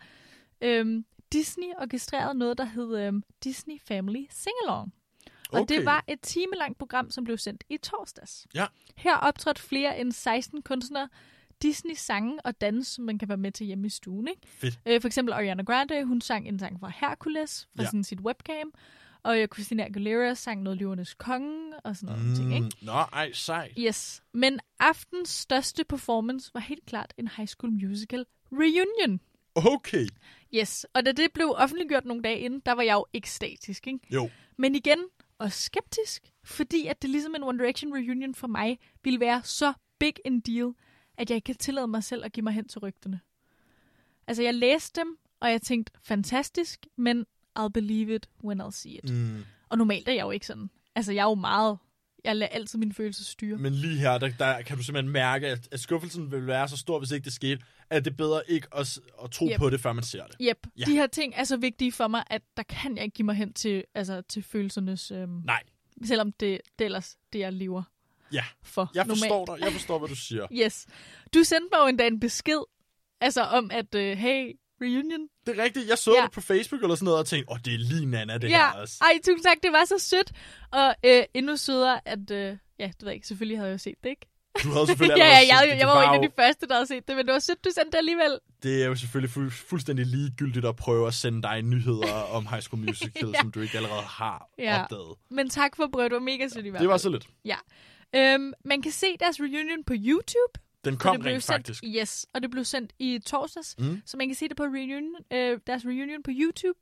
Disney orkestreret noget, der hed Disney Family Sing-Along. Og Okay. det var et timelangt program, som blev sendt i torsdags. Ja. Her optrådte flere end 16 kunstnere Disney sange og dans, som man kan være med til hjemme i stuen. Ikke? Fedt. For eksempel Ariana Grande, hun sang en sang fra Hercules, fra sådan sit webcam. Og Christina Aguilera sang noget Løvernes Konge og sådan noget ting, ikke? Nå, ej, sejt. Yes. Men aftens største performance var helt klart en High School Musical reunion. Okay. Yes. Og da det blev offentliggjort nogle dage inden, der var jeg jo ekstatisk, ikke? Jo. Men igen, og skeptisk, fordi at det ligesom en One Direction reunion for mig ville være så big en deal, at jeg ikke kan tillade mig selv at give mig hen til rygterne. Altså, jeg læste dem, og jeg tænkte, fantastisk, men I'll believe it when I'll see it. Og normalt er jeg jo ikke sådan. Altså, jeg er jo meget... Jeg lader altid mine følelser styre. Men lige her, der kan du simpelthen mærke, at skuffelsen vil være så stor, hvis ikke det skete, at det er bedre ikke at tro på det, før man ser det. Yep. Ja. De her ting er så vigtige for mig, at der kan jeg ikke give mig hen til, til følelsernes... Nej. Selvom det ellers det, jeg lever for Jeg forstår normalt. dig. Jeg forstår, hvad du siger. Yes. Du sendte mig jo endda en besked, om at, hey, reunion. Det er rigtigt. Jeg så det på Facebook eller sådan noget, og tænkte, det er lige Nanna, det her også. Ej, tusind tak. Det var så sødt. Og endnu sødere, at... det ved jeg ikke. Selvfølgelig havde jeg jo set det, ikke? Du havde selvfølgelig allerede set det. Jeg var jo en af de første, der havde set det, men det var sødt, du sendte det alligevel. Det er jo selvfølgelig fuldstændig ligegyldigt at prøve at sende dig nyheder om High School Musical, som du ikke allerede har opdaget. Men tak for brød, det var mega sødt i hvert fald. Det var så lidt. Ja. Man kan se deres reunion på YouTube. Den kom rent faktisk. Yes, og det blev sendt i torsdags, så man kan se det på deres reunion på YouTube.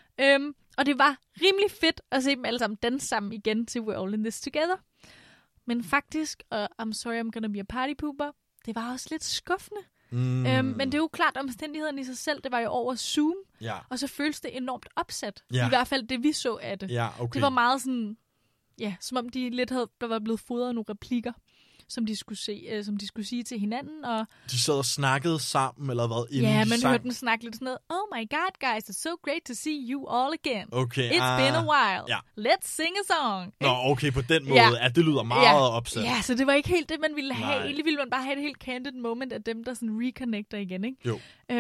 Og det var rimelig fedt at se dem alle sammen danse sammen igen til We're All In This Together. Men faktisk, og I'm sorry, I'm gonna be a party pooper, det var også lidt skuffende. Men det er jo klart, omstændighederne i sig selv, det var jo over Zoom, og så føles det enormt opsat. I hvert fald det, vi så af det. Ja, okay. Det var meget sådan, som om de lidt der var blevet fodret nogle replikker, som de skulle sige til hinanden. Og de sad og snakkede sammen, eller hvad? Ja, man hørte dem snakke lidt sådan noget. Oh my god, guys, it's so great to see you all again. Okay, It's been a while. Let's sing a song. Nå, okay, på den måde. Ja, det lyder meget opsat. Ja, så det var ikke helt det, man ville have. Egentlig ville man bare have et helt candid moment af dem, der sådan reconnecter igen, ikke? Jo.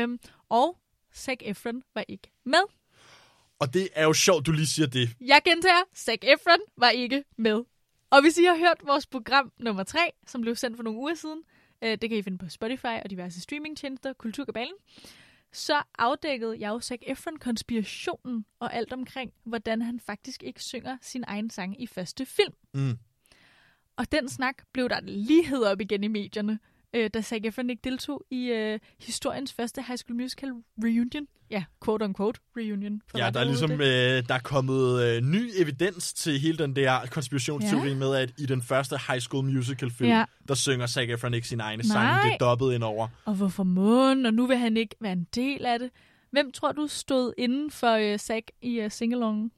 Og Zac Efron var ikke med. Og det er jo sjovt, du lige siger det. Jeg gentager, Zac Efron var ikke med. Og hvis I har hørt vores program nummer 3, som blev sendt for nogle uger siden, det kan I finde på Spotify og diverse streamingtjenester, Kulturkabalen, så afdækkede jeg jo Zac Efron-konspirationen og alt omkring, hvordan han faktisk ikke synger sin egen sang i første film. Og den snak blev der lighed op igen i medierne, da Zac Efron ikke deltog i historiens første High School Musical reunion. Ja, quote-unquote reunion. Ja, der er ligesom der er kommet ny evidens til hele den der konspirationsteori med, at i den første High School Musical film, der synger Zac Efron ikke sin egne sang. Det er dobbelt ind over. Og hvorfor månen? Og nu vil han ikke være en del af det. Hvem tror du stod inden for Zac i singalongen?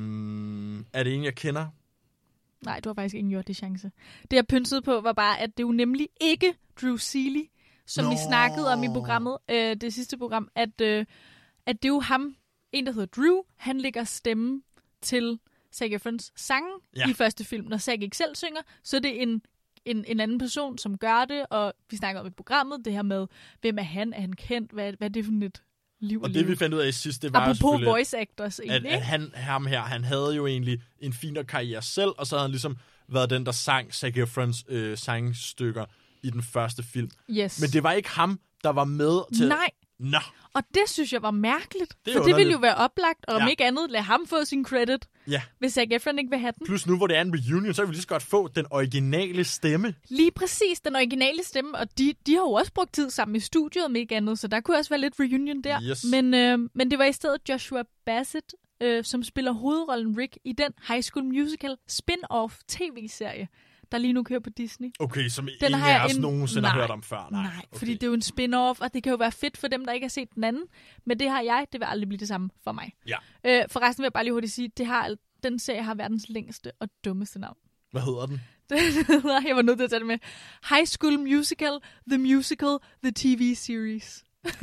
Er det en, jeg kender? Nej, du har faktisk ingen gjort det chance. Det, jeg pynsede på, var bare, at det jo nemlig ikke Drew Seeley, som vi snakkede om i programmet, det sidste program, at det er jo ham, en der hedder Drew, han lægger stemme til Zac Efrons sange i første film. Når Zac ikke selv synger, så er det en anden person, som gør det, og vi snakker om i programmet, det her med, hvem er han kendt, hvad er det for et liv? Og det vi fandt ud af i sidste, det var apropos voice actors egentlig, at han havde jo egentlig en finere karriere selv, og så havde han ligesom været den, der sang Zac Efrons sangstykker i den første film. Yes. Men det var ikke ham, der var med til... Nej. Nå. Og det synes jeg var mærkeligt. For det ville jo være oplagt, og om ikke andet, lad ham få sin credit, hvis Zac Efron ikke vil have den. Plus nu, hvor det er en reunion, så vil vi lige så godt få den originale stemme. Lige præcis, den originale stemme. Og de har jo også brugt tid sammen i studiet, om ikke andet, så der kunne også være lidt reunion der. Yes. Men det var i stedet Joshua Bassett, som spiller hovedrollen Rick i den High School Musical spin-off tv-serie, der lige nu kører på Disney. Okay, som ingen af os nogensinde har hørt om før. Nej, okay. Fordi det er jo en spin-off, og det kan jo være fedt for dem, der ikke har set den anden. Men det har jeg, det vil aldrig blive det samme for mig. Ja. Forresten vil jeg bare lige hurtigt sige, den serie har verdens længste og dummeste navn. Hvad hedder den? Jeg var nødt til at tage det med. High School Musical, The Musical, The TV Series.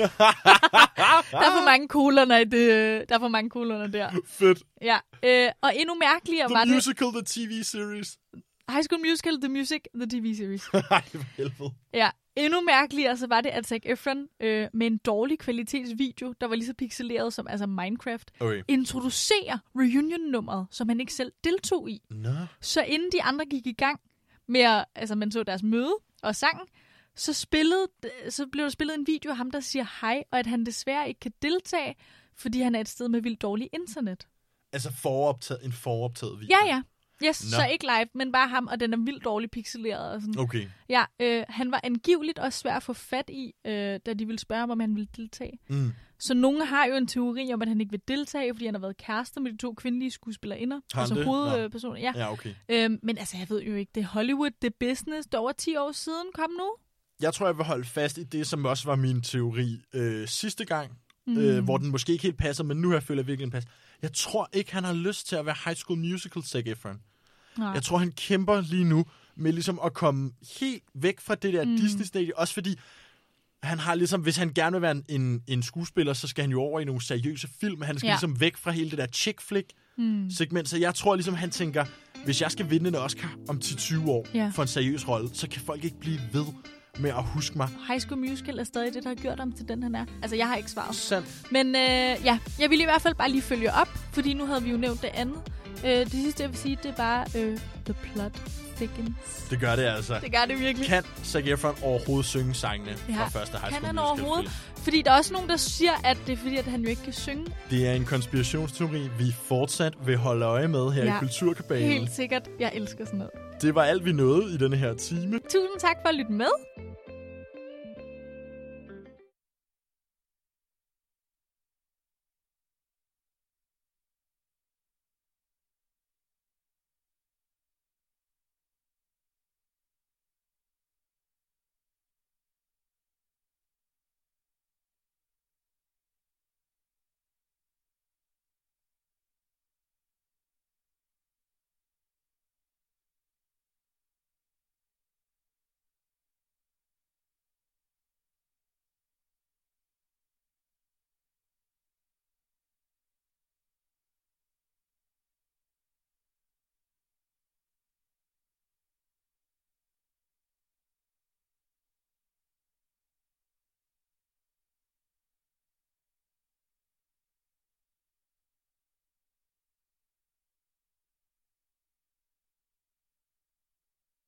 Der er for mange koloner i det. Der er for mange koloner der. Fedt. Ja, og endnu mærkeligere var det... The Musical, The TV Series. High School Musical, The Music, The TV Series. Ej, det var helvede. Ja, endnu mærkeligere, så var det, at Zac Efron med en dårlig kvalitetsvideo, der var lige så pixeleret som altså Minecraft, introducerer reunion-nummeret, som han ikke selv deltog i. Nå. Så inden de andre gik i gang med at, altså man så deres møde og sangen, så blev der spillet en video af ham, der siger hej, og at han desværre ikke kan deltage, fordi han er et sted med vildt dårligt internet. Altså en foroptaget video? Ja. Yes, så ikke live, men bare ham, og den er vildt dårligt pixeleret. Og sådan. Okay. Ja, han var angiveligt også svær at få fat i, da de ville spørge ham, om han ville deltage. Mm. Så nogle har jo en teori om, at han ikke vil deltage, fordi han har været kærester med de 2 kvindelige skuespillerinder. Altså hovedpersoner. Ja, okay. Men altså, jeg ved jo ikke, det er Hollywood, det er business, det er over 10 år siden. Kom nu. Jeg tror, jeg vil holde fast i det, som også var min teori sidste gang, hvor den måske ikke helt passer, men nu her føler jeg virkelig, den passer. Jeg tror ikke, han har lyst til at være High School Musical Zac Efron. Nej. Jeg tror, han kæmper lige nu med ligesom at komme helt væk fra det der Disney-stadie. Også fordi han har ligesom, hvis han gerne vil være en skuespiller, så skal han jo over i nogle seriøse film. Han skal ligesom væk fra hele det der chick flick-segment. Så jeg tror ligesom, han tænker, hvis jeg skal vinde en Oscar om 10-20 år for en seriøs rolle, så kan folk ikke blive ved med at huske mig. High School Musical er stadig det, der har gjort ham til den, han er. Altså, jeg har ikke svaret. Sandt. Men jeg ville i hvert fald bare lige følge op, fordi nu havde vi jo nævnt det andet. Det sidste, jeg vil sige, det er bare the plot thickens. Det gør det altså. Det gør det virkelig. Kan Zac Efron overhovedet synge sangene fra første High School Musical? Kan han overhovedet? Fordi der er også nogen, der siger, at det er fordi, at han jo ikke kan synge. Det er en konspirationsteori, vi fortsat vil holde øje med her i Kulturkabalen. Helt sikkert. Jeg elsker sådan noget. Det var alt, vi nåede i denne her time. Tusind tak for at lytte med.